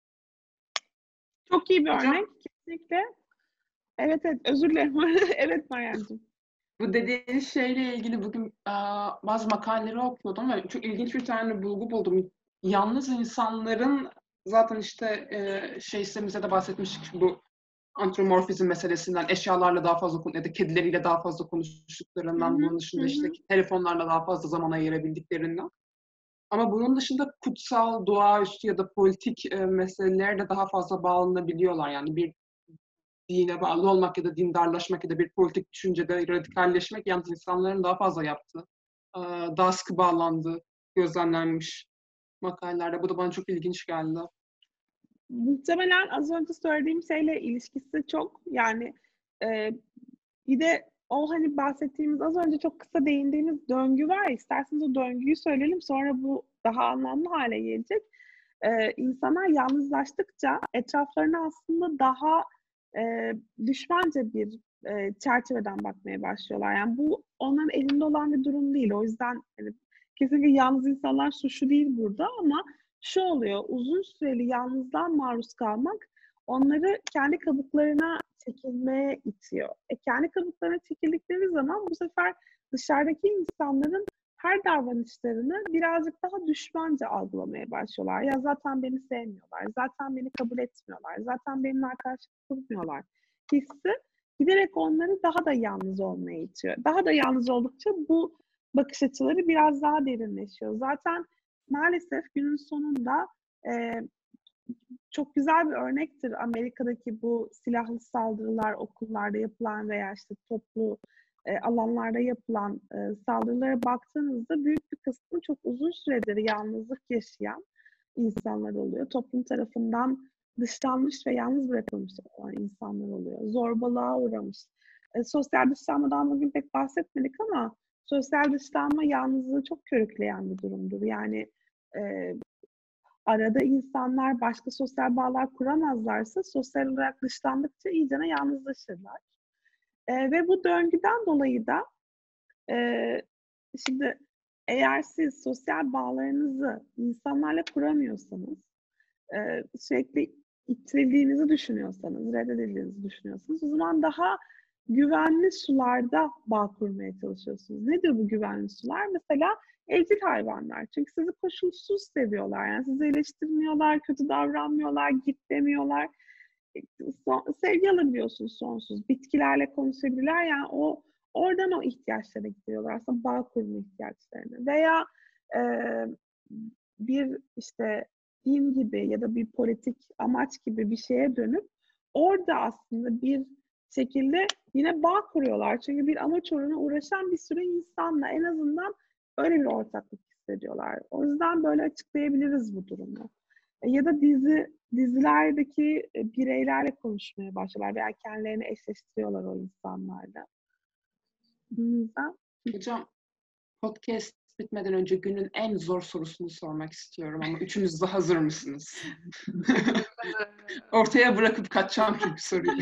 Çok iyi bir Hocam örnek. Kesinlikle. Evet evet özür dilerim. Evet Meryemciğim. bu dediğiniz şeyle ilgili bugün e, bazı makaleleri okuyordum ve çok ilginç bir tane bulgu buldum. Yalnız insanların zaten işte e, şey sistemimize de bahsetmiştik bu antropomorfizm meselesinden, eşyalarla daha fazla ya da kedileriyle daha fazla konuştuklarından, Hı hı, bunun dışında hı işte hı. telefonlarla daha fazla zaman ayırabildiklerinden. Ama bunun dışında kutsal, doğaüstü ya da politik e, meselelere de daha fazla bağlanabiliyorlar. Yani bir dine bağlı olmak ya da dindarlaşmak ya da bir politik düşüncede radikalleşmek yalnız insanların daha fazla yaptığı, e, daha sıkı bağlandığı gözlemlenmiş makalelerde. Bu da bana çok ilginç geldi. Muhtemelen az önce söylediğim şeyle ilişkisi çok yani e, bir de o hani bahsettiğimiz az önce çok kısa değindiğimiz döngü var ya isterseniz o döngüyü söyleyelim sonra bu daha anlamlı hale gelecek. Ee, insanlar yalnızlaştıkça etraflarına aslında daha e, düşmanca bir e, çerçeveden bakmaya başlıyorlar. Yani bu onların elinde olan bir durum değil. O yüzden hani, kesinlikle yalnız insanlar suçlu değil burada ama şu oluyor, uzun süreli yalnızlığa maruz kalmak onları kendi kabuklarına çekilmeye itiyor. E, kendi kabuklarına çekildikleri zaman bu sefer dışarıdaki insanların her davranışlarını birazcık daha düşmanca algılamaya başlıyorlar. Ya zaten beni sevmiyorlar, zaten beni kabul etmiyorlar, zaten benimle arkadaşlık kurmuyorlar hissi giderek onları daha da yalnız olmaya itiyor. Daha da yalnız oldukça bu bakış açıları biraz daha derinleşiyor. Zaten maalesef günün sonunda e, çok güzel bir örnektir Amerika'daki bu silahlı saldırılar, okullarda yapılan veya işte toplu e, alanlarda yapılan e, saldırılara baktığınızda büyük bir kısmı çok uzun süredir yalnızlık yaşayan insanlar oluyor. Toplum tarafından dışlanmış ve yalnız bırakılmış olan insanlar oluyor. Zorbalığa uğramış. E, sosyal dışlanmadan bugün pek bahsetmedik ama sosyal dışlanma yalnızlığı çok körükleyen bir durumdur. Yani e, arada insanlar başka sosyal bağlar kuramazlarsa sosyal olarak dışlandıkça iyicene yalnızlaşırlar. E, ve bu döngüden dolayı da e, şimdi eğer siz sosyal bağlarınızı insanlarla kuramıyorsanız, e, sürekli itirildiğinizi düşünüyorsanız, reddedildiğinizi düşünüyorsanız o zaman daha güvenli sularda bağ kurmaya çalışıyorsunuz. Nedir bu güvenli sular? Mesela evcil hayvanlar. Çünkü sizi koşulsuz seviyorlar. Yani sizi eleştirmiyorlar, kötü davranmıyorlar, git demiyorlar. Sevgi alabiliyorsunuz sonsuz. Bitkilerle konuşabilirler. Yani o oradan o ihtiyaçlara gidiyorlar. Aslında bağ kurma ihtiyaçlarını. Veya e, bir işte din gibi ya da bir politik amaç gibi bir şeye dönüp orada aslında bir şekilde yine bağ kuruyorlar. Çünkü bir amaç uğruna uğraşan bir sürü insanla en azından öyle bir ortaklık hissediyorlar. O yüzden böyle açıklayabiliriz bu durumu. E, ya da dizi dizilerdeki e, bireylerle konuşmaya başlıyorlar veya kendilerini eşleştiriyorlar o insanlarla. Bu yüzden Hocam, podcast bitmeden önce günün en zor sorusunu sormak istiyorum ama üçünüz de hazır mısınız? Ortaya bırakıp kaçacağım çünkü soruyu.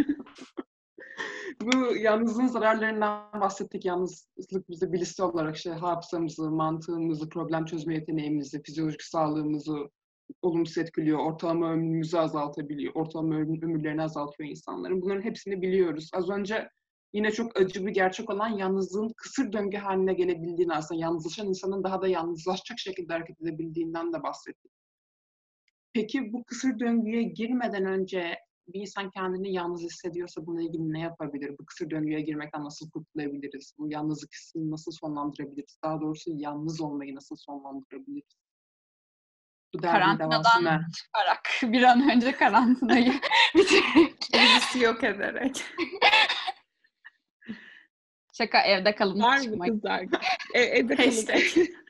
Bu yalnızlığın zararlarından bahsettik. Yalnızlık bize bilişsel olarak işte hafızamızı, mantığımızı, problem çözme yeteneğimizi, fizyolojik sağlığımızı olumsuz etkiliyor. Ortalama ömrümüzü azaltabiliyor. Ortalama ömür, ömürlerini azaltıyor insanların. Bunların hepsini biliyoruz. Az önce yine çok acı bir gerçek olan yalnızlığın kısır döngü haline gelebildiğini, aslında yalnızlaşan insanın daha da yalnızlaşacak şekilde hareket edebildiğinden de bahsettik. Peki bu kısır döngüye girmeden önce bir insan kendini yalnız hissediyorsa bununla ilgili ne yapabilir? Bu kısır döngüye girmekten nasıl kurtulabiliriz? Bu yalnızlık hissini nasıl sonlandırabiliriz? Daha doğrusu yalnız olmayı nasıl sonlandırabiliriz? Bu derdin devası ne? Karantinadan çıkarak, bir an önce karantinayı bitirerek. Virüsü yok ederek. Şaka, evde kalın. var mı çıkmayın. kızlar? E, evde kalın. Hashtag.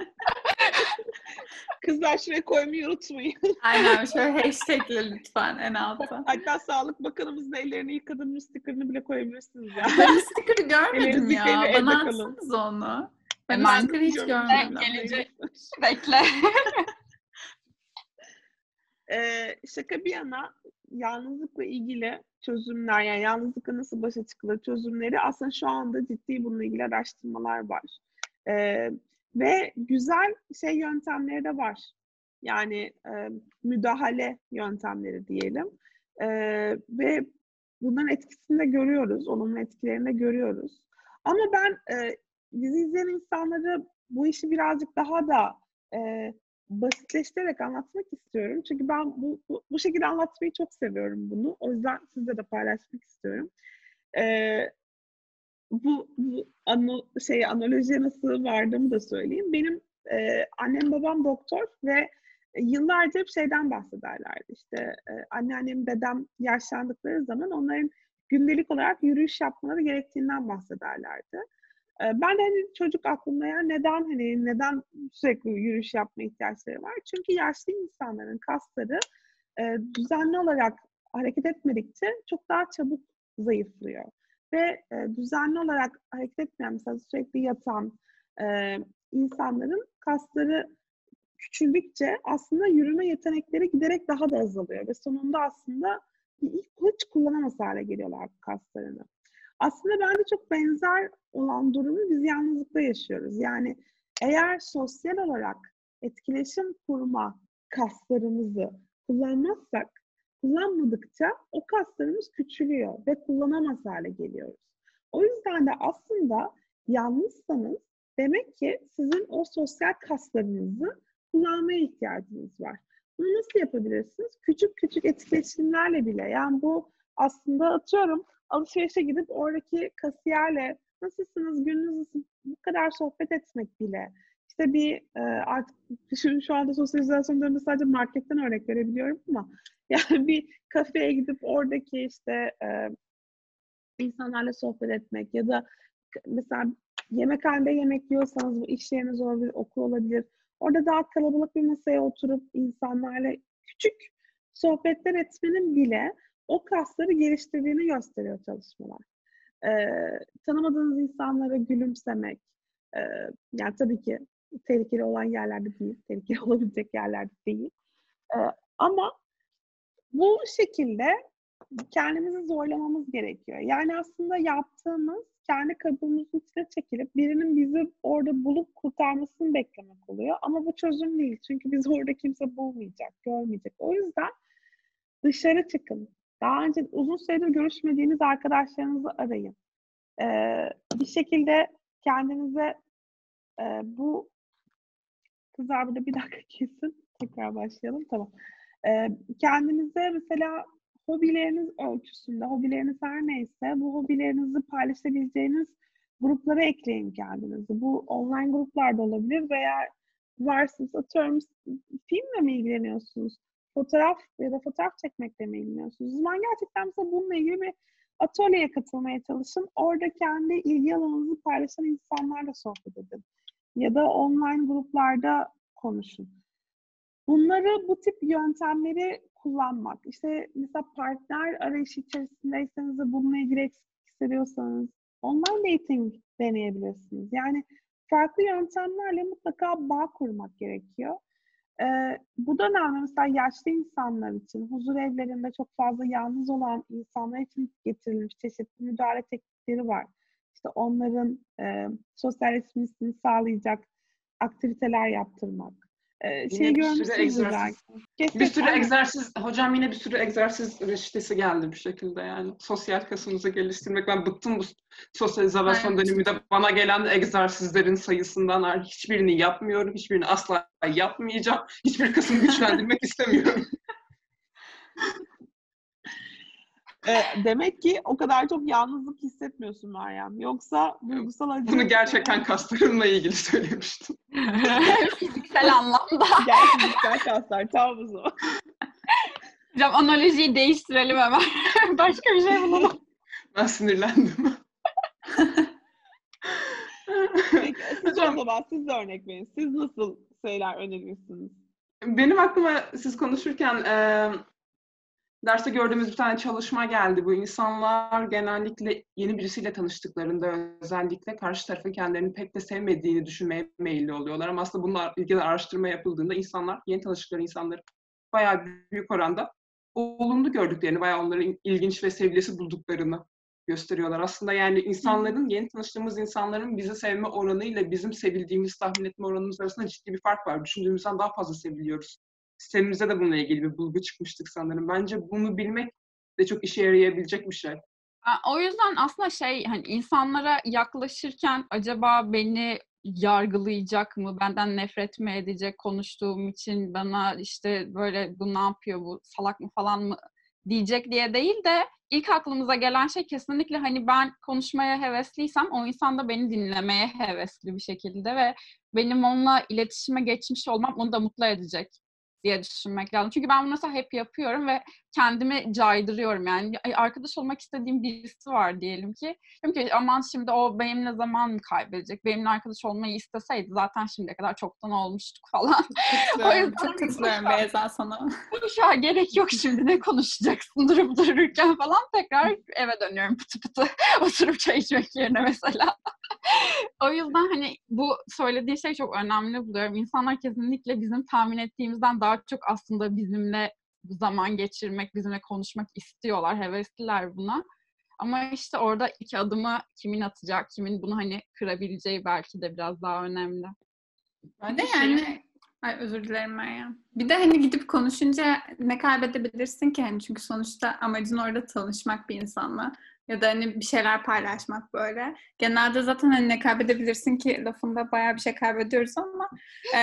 Kızlar şuraya koymayı unutmayın. Aynen, şöyle hashtagle lütfen en alta. Hatta Sağlık Bakanımızın ellerini yıkadığının sticker'ını bile koyabilirsiniz ya. Ben sticker'ı görmedim Ellerinizi ya. yıkayın ve evde Bana kalın. atsanız onu. Ben Hemen sticker'ı hiç görmedim. gelecek. Bekle. Ee, şaka bir yana, yalnızlıkla ilgili çözümler, yani yalnızlıkla nasıl başa çıkılır çözümleri aslında şu anda ciddi bununla ilgili araştırmalar var. Ee, ve güzel şey yöntemleri de var. Yani e, müdahale yöntemleri diyelim. Ee, ve bunların etkisini de görüyoruz, olumlu etkilerini de görüyoruz. Ama ben e, bizi izleyen insanları bu işi birazcık daha da e, basitleştirerek anlatmak istiyorum. Çünkü ben bu, bu, bu şekilde anlatmayı çok seviyorum bunu. O yüzden sizle de paylaşmak istiyorum. Ee, bu bu ano, şey, analojiye nasıl vardığımı da söyleyeyim. Benim e, annem babam doktor ve yıllarca hep şeyden bahsederlerdi. İşte e, anneannem, dedem yaşlandıkları zaman onların gündelik olarak yürüyüş yapmaları gerektiğinden bahsederlerdi. Ben de hani çocuk aklımda, ya neden hani neden sürekli yürüyüş yapma ihtiyaçları var? Çünkü yaşlı insanların kasları e, düzenli olarak hareket etmedikçe çok daha çabuk zayıflıyor. Ve e, düzenli olarak hareket etmeyen, mesela sürekli yatan e, insanların kasları küçüldükçe aslında yürüme yetenekleri giderek daha da azalıyor. Ve sonunda aslında hiç kullanamaz hale geliyorlar kaslarını. Aslında bence çok benzer olan durumu biz yalnızlıkta yaşıyoruz. Yani eğer sosyal olarak etkileşim kurma kaslarımızı kullanmazsak, kullanmadıkça o kaslarımız küçülüyor ve kullanamaz hale geliyoruz. O yüzden de aslında yalnızsanız demek ki sizin o sosyal kaslarınızı kullanmaya ihtiyacınız var. Bunu nasıl yapabilirsiniz? Küçük küçük etkileşimlerle bile. Yani bu aslında, atıyorum, alışverişe gidip oradaki kasiyerle nasılsınız, gününüz nasıl, bu kadar sohbet etmek bile. İşte bir e, artık şu, şu anda sosyalizasyon döneminde sadece marketten örnek verebiliyorum ama yani bir kafeye gidip oradaki işte e, insanlarla sohbet etmek ya da mesela yemekhanede yemek yiyorsanız bu iş yeriniz olabilir, okul olabilir. Orada daha kalabalık bir masaya oturup insanlarla küçük sohbetler etmenin bile o kasları geliştirdiğini gösteriyor çalışmalar. Ee, tanımadığınız insanlara gülümsemek, e, yani tabii ki tehlikeli olan yerlerde değil, tehlikeli olabilecek yerlerde değil. Ee, ama bu şekilde kendimizi zorlamamız gerekiyor. Yani aslında yaptığımız kendi kabuğumuzun içine çekilip birinin bizi orada bulup kurtarmasını beklemek oluyor. Ama bu çözüm değil. Çünkü bizi orada kimse bulmayacak, görmeyecek. O yüzden dışarı çıkın. Daha önce uzun süredir görüşmediğiniz arkadaşlarınızı arayın. Ee, bir şekilde kendinize e, bu kızlar burada bir dakika kesin. Tekrar başlayalım. Tamam. Ee, kendinize mesela hobileriniz ölçüsünde, hobileriniz her neyse bu hobilerinizi paylaşabileceğiniz gruplara ekleyin kendinizi. Bu online gruplar da olabilir veya varsınız, atıyorum, filmle mi ilgileniyorsunuz? Fotoğraf ya da fotoğraf çekmekle mi ilgileniyorsunuz? O zaman gerçekten mesela bununla ilgili bir atölyeye katılmaya çalışın. Orada kendi ilgi alanınızı paylaşan insanlarla sohbet edin. ya da online gruplarda konuşun. Bunları, bu tip yöntemleri kullanmak. İşte mesela partner arayışı içerisindeyseniz ve bununla ilgili eksik hissediyorsanız online dating deneyebilirsiniz. Yani farklı yöntemlerle mutlaka bağ kurmak gerekiyor. Ee, bu dönemde mesela yaşlı insanlar için, huzur evlerinde çok fazla yalnız olan insanlar için getirilmiş çeşitli müdahale teknikleri var. İşte onların e, sosyalleşmesini sağlayacak aktiviteler yaptırmak. Ee, Yine şey bir sürü görmüşsünüzdür egzersiz. belki. Bir sürü Aynen. egzersiz, hocam yine bir sürü egzersiz reçetesi geldi bir şekilde yani. Sosyal kasımızı geliştirmek. Ben bıktım bu sosyalizasyon Evet. döneminde bana gelen egzersizlerin sayısından. Hiçbirini yapmıyorum, hiçbirini asla yapmayacağım. Hiçbir kasımı güçlendirmek istemiyorum. Ee, demek ki o kadar çok yalnızlık hissetmiyorsun Meryem. Yoksa duygusal acı... Bunu gerçekten kaslarımla ilgili söylemiştim. Fiziksel anlamda. Gerçekten fiziksel kaslar. Tamam o zaman. Hocam analojiyi değiştirelim hemen. Başka bir şey bulalım. Ben sinirlendim. Peki siz Hocam, o zaman siz de örnek verin. Siz nasıl şeyler önerirsiniz? benim aklıma siz konuşurken e, derste gördüğümüz bir tane çalışma geldi. Bu insanlar genellikle yeni birisiyle tanıştıklarında özellikle karşı tarafın kendilerini pek de sevmediğini düşünmeye meyilli oluyorlar. Ama aslında bununla ilgili araştırma yapıldığında insanlar, yeni tanıştıkları insanları bayağı büyük oranda olumlu gördüklerini, bayağı onların ilginç ve sevgilisi bulduklarını gösteriyorlar. Aslında yani insanların, yeni tanıştığımız insanların bizi sevme oranıyla bizim sevildiğimiz, tahmin etme oranımız arasında ciddi bir fark var. Düşündüğümüzden daha fazla seviliyoruz. Sistemimize de bununla ilgili bir bulgu çıkmıştık sanırım. Bence bunu bilmek de çok işe yarayabilecek bir şey. O yüzden aslında şey, hani insanlara yaklaşırken acaba beni yargılayacak mı, benden nefret mi edecek konuştuğum için, bana işte böyle bu ne yapıyor, bu salak mı falan mı diyecek diye değil de ilk aklımıza gelen şey kesinlikle hani ben konuşmaya hevesliysem o insan da beni dinlemeye hevesli bir şekilde ve benim onunla iletişime geçmiş olmam onu da mutlu edecek diye düşünmek lazım. Çünkü ben bunu mesela hep yapıyorum ve kendimi caydırıyorum yani. Arkadaş olmak istediğim birisi var diyelim ki. Diyorum ki aman şimdi o benimle zaman mı kaybedecek? Benimle arkadaş olmayı isteseydi zaten şimdiye kadar çoktan olmuştuk falan. O yüzden çok katılıyorum Beyza sana. Şu an gerek yok şimdi, ne konuşacaksın durup dururken falan, tekrar eve dönüyorum pıtı pıtı oturup çay içmek yerine mesela. O yüzden hani bu söylediği şey çok önemli buluyorum. İnsanlar kesinlikle bizim tahmin ettiğimizden daha çok aslında bizimle zaman geçirmek, bizimle konuşmak istiyorlar, hevesliler buna. Ama işte orada iki adımı kimin atacak, kimin bunu hani kırabileceği belki de biraz daha önemli. Bir de yani, ay özür dilerim Meryem. Bir de hani gidip konuşunca ne kaybedebilirsin ki hani, çünkü sonuçta amacın orada tanışmak bir insanla ya da hani bir şeyler paylaşmak böyle. Genelde zaten hani ne kaybedebilirsin ki lafında bayağı bir şey kaybediyoruz ama e,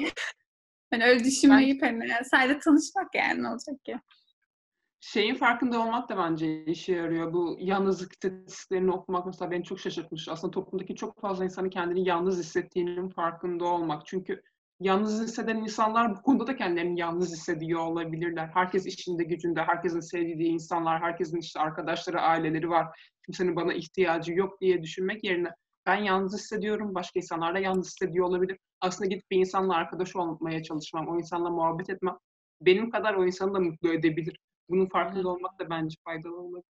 hani öyle düşünmeyip hani sadece tanışmak, yani ne olacak ki? Şeyin farkında olmak da bence işe yarıyor. Bu yalnızlık istatistiklerini okumak mesela beni çok şaşırtmış. Aslında toplumdaki çok fazla insanın kendini yalnız hissettiğinin farkında olmak. Çünkü yalnız hisseden insanlar bu konuda da kendilerini yalnız hissediyor olabilirler. Herkes işinde gücünde, herkesin sevdiği insanlar, herkesin işte arkadaşları, aileleri var. Kimsenin bana ihtiyacı yok diye düşünmek yerine ben yalnız hissediyorum, başka insanlar da yalnız hissediyor olabilir. Aslında gidip bir insanla arkadaş olmaya çalışmam, o insanla muhabbet etmem benim kadar o insanı da mutlu edebilir. Bunun farkında olmak da bence faydalı olabilir.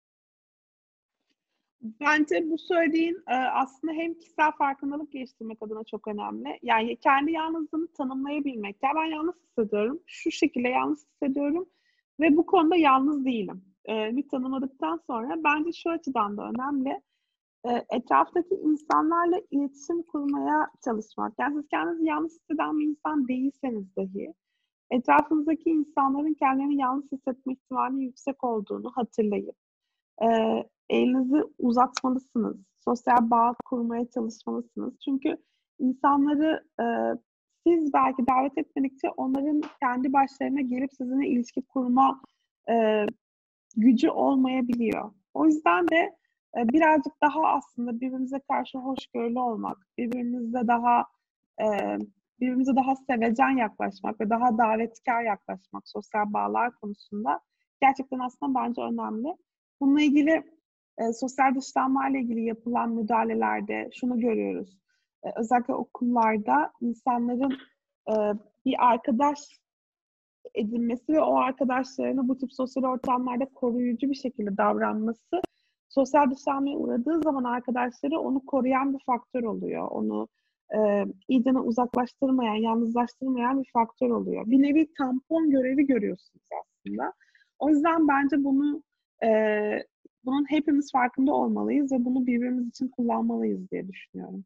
Bence bu söylediğin aslında hem kişisel farkındalık geliştirmek adına çok önemli. Yani kendi yalnızlığını tanımlayabilmek. Ya ben yalnız hissediyorum, şu şekilde yalnız hissediyorum ve bu konuda yalnız değilim. Bir tanımladıktan sonra bence şu açıdan da önemli. Etraftaki insanlarla iletişim kurmaya çalışmak. Yani siz kendinizi yalnız hisseden bir insan değilseniz dahi etrafınızdaki insanların kendilerini yalnız hissetme ihtimalinin yüksek olduğunu hatırlayıp e, elinizi uzatmalısınız. Sosyal bağ kurmaya çalışmalısınız. Çünkü insanları e, siz belki davet etmedikçe onların kendi başlarına gelip sizinle ilişki kurma e, gücü olmayabiliyor. O yüzden de e, birazcık daha aslında birbirimize karşı hoşgörülü olmak, birbirimize daha e, birbirimize daha sevecen yaklaşmak ve daha davetkar yaklaşmak sosyal bağlar konusunda gerçekten aslında bence önemli. Bununla ilgili e, sosyal dışlanmayla ilgili yapılan müdahalelerde şunu görüyoruz. e, özellikle okullarda insanların e, bir arkadaş edinmesi ve o arkadaşlarına bu tip sosyal ortamlarda koruyucu bir şekilde davranması, sosyal dışlanmaya uğradığı zaman arkadaşları onu koruyan bir faktör oluyor. Onu e, iyicene uzaklaştırmayan, yalnızlaştırmayan bir faktör oluyor. Bir nevi tampon görevi görüyorsunuz aslında. O yüzden bence bunu e, bunun hepimiz farkında olmalıyız ve bunu birbirimiz için kullanmalıyız diye düşünüyorum.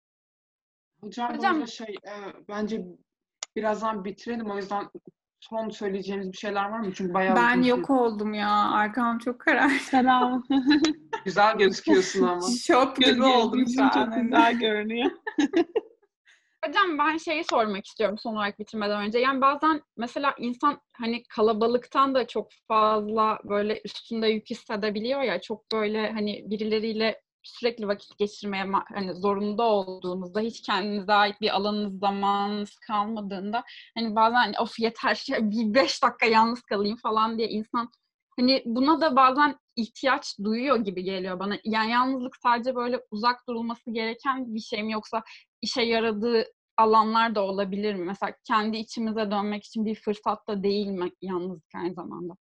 Hocam, Hocam- böyle şey e, bence birazdan bitirelim, o yüzden son söyleyeceğimiz bir şeyler var mı? Çünkü bayağı Ben uzun yok sürdü. oldum ya. Arkam çok karardı. Selam. Güzel gözüküyorsun ama. Şop gibi oldum şu an. Çok hani. güzel görünüyor. Hocam ben şeyi sormak istiyorum son olarak bitirmeden önce. Yani bazen mesela insan hani kalabalıktan da çok fazla böyle üstünde yük hissedebiliyor ya. Çok böyle hani birileriyle sürekli vakit geçirmeye ma- hani zorunda olduğunuzda, hiç kendinize ait bir alanınız, zamanınız kalmadığında hani bazen of yeter şey, bir beş dakika yalnız kalayım falan diye insan hani buna da bazen ihtiyaç duyuyor gibi geliyor bana. Yani yalnızlık sadece böyle uzak durulması gereken bir şey mi, yoksa işe yaradığı alanlar da olabilir mi? Mesela kendi içimize dönmek için bir fırsat da değil mi yalnızlık aynı zamanda?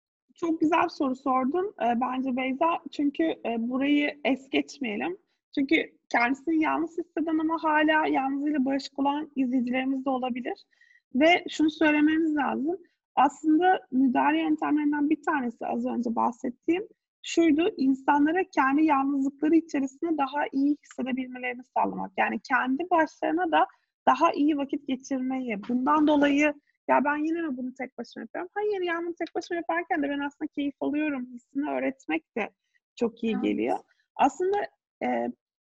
Çok güzel bir soru sordun e, bence Beyza. Çünkü e, burayı es geçmeyelim. Çünkü kendisini yalnız hisseden ama hala yalnızlığıyla barışık olan izleyicilerimiz de olabilir. Ve şunu söylememiz lazım. Aslında müdahale yöntemlerinden bir tanesi az önce bahsettiğim şuydu: insanlara kendi yalnızlıkları içerisinde daha iyi hissedebilmelerini sağlamak. Yani kendi başlarına da daha iyi vakit geçirmeyi. Bundan dolayı ya ben yine mi bunu tek başıma yapıyorum? Hayır, yani bunu tek başıma yaparken de ben aslında keyif alıyorum hissini öğretmek de çok iyi Evet. geliyor. Aslında e,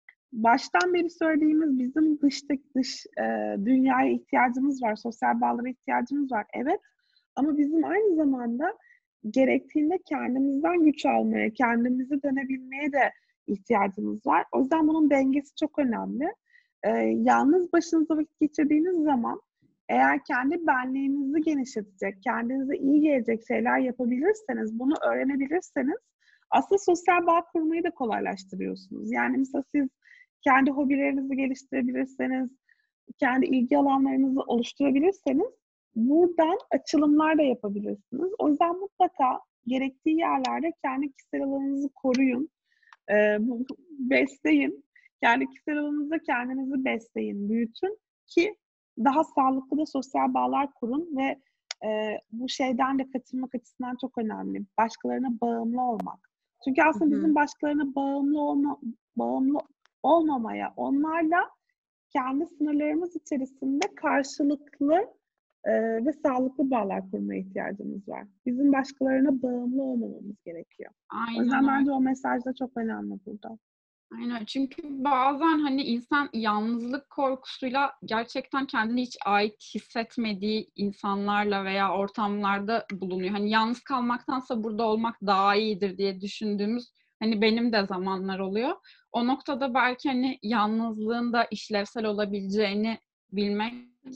baştan beri söylediğimiz bizim dıştaki dış e, dünyaya ihtiyacımız var, sosyal bağlara ihtiyacımız var. Evet, ama bizim aynı zamanda gerektiğinde kendimizden güç almaya, kendimizi dönebilmeye de ihtiyacımız var. O yüzden bunun dengesi çok önemli. E, yalnız başınıza vakit geçirdiğiniz zaman eğer kendi benliğinizi genişletecek, kendinize iyi gelecek şeyler yapabilirseniz, bunu öğrenebilirseniz aslında sosyal bağ kurmayı da kolaylaştırıyorsunuz. Yani mesela siz kendi hobilerinizi geliştirebilirseniz, kendi ilgi alanlarınızı oluşturabilirseniz buradan açılımlar da yapabilirsiniz. O yüzden mutlaka gerektiği yerlerde kendi kişisel alanınızı koruyun, e, besleyin. Kendi kişisel alanınızda kendinizi besleyin, büyütün ki daha sağlıklı da sosyal bağlar kurun ve e, bu şeyden de kaçınmak açısından çok önemli. Başkalarına bağımlı olmak. Çünkü aslında Hı hı. bizim başkalarına bağımlı olma, bağımlı olmamaya, onlarla kendi sınırlarımız içerisinde karşılıklı e, ve sağlıklı bağlar kurmaya ihtiyacımız var. Bizim başkalarına bağımlı olmamamız gerekiyor. O yüzden Aynen öyle. bence o mesaj da çok önemli burada. Aynen. Çünkü bazen hani insan yalnızlık korkusuyla gerçekten kendini hiç ait hissetmediği insanlarla veya ortamlarda bulunuyor. Hani yalnız kalmaktansa burada olmak daha iyidir diye düşündüğümüz hani benim de zamanlar oluyor. O noktada belki hani yalnızlığın da işlevsel olabileceğini bilmek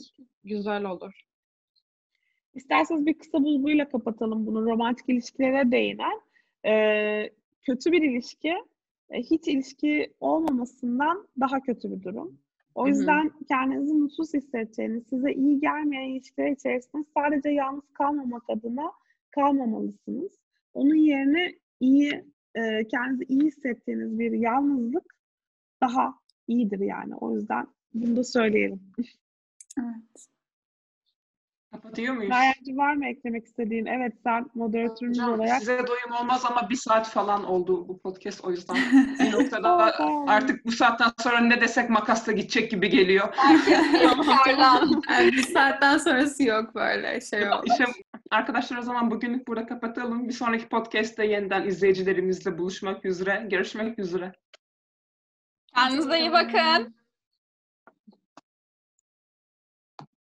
güzel olur. İsterseniz bir kısa bulguyla kapatalım bunu. Romantik ilişkilere değinen. Ee, kötü bir ilişki, e, hiç ilişki olmamasından daha kötü bir durum. O Hı hı. yüzden kendinizi mutsuz hissedeceğiniz, size iyi gelmeyen ilişkiler içerisinde sadece yalnız kalmamak adına kalmamalısınız. Onun yerine iyi, e, kendinizi iyi hissettiğiniz bir yalnızlık daha iyidir yani. O yüzden bunu da söyleyelim. Evet. Kapatıyor muyuz? Meryemciğim, var mı eklemek istediğin? Evet, sen moderatörümüz Hocam olarak. size doyum olmaz ama bir saat falan oldu bu podcast, o yüzden bir noktada Tamam. artık bu saatten sonra ne desek makasla gidecek gibi geliyor. Pardon. Yani bir saatten sonrası yok böyle şey oldu. İşte arkadaşlar, o zaman bugünlük burada kapatalım. Bir sonraki podcast'te yeniden izleyicilerimizle buluşmak üzere. Görüşmek üzere. Kendinize iyi bakın.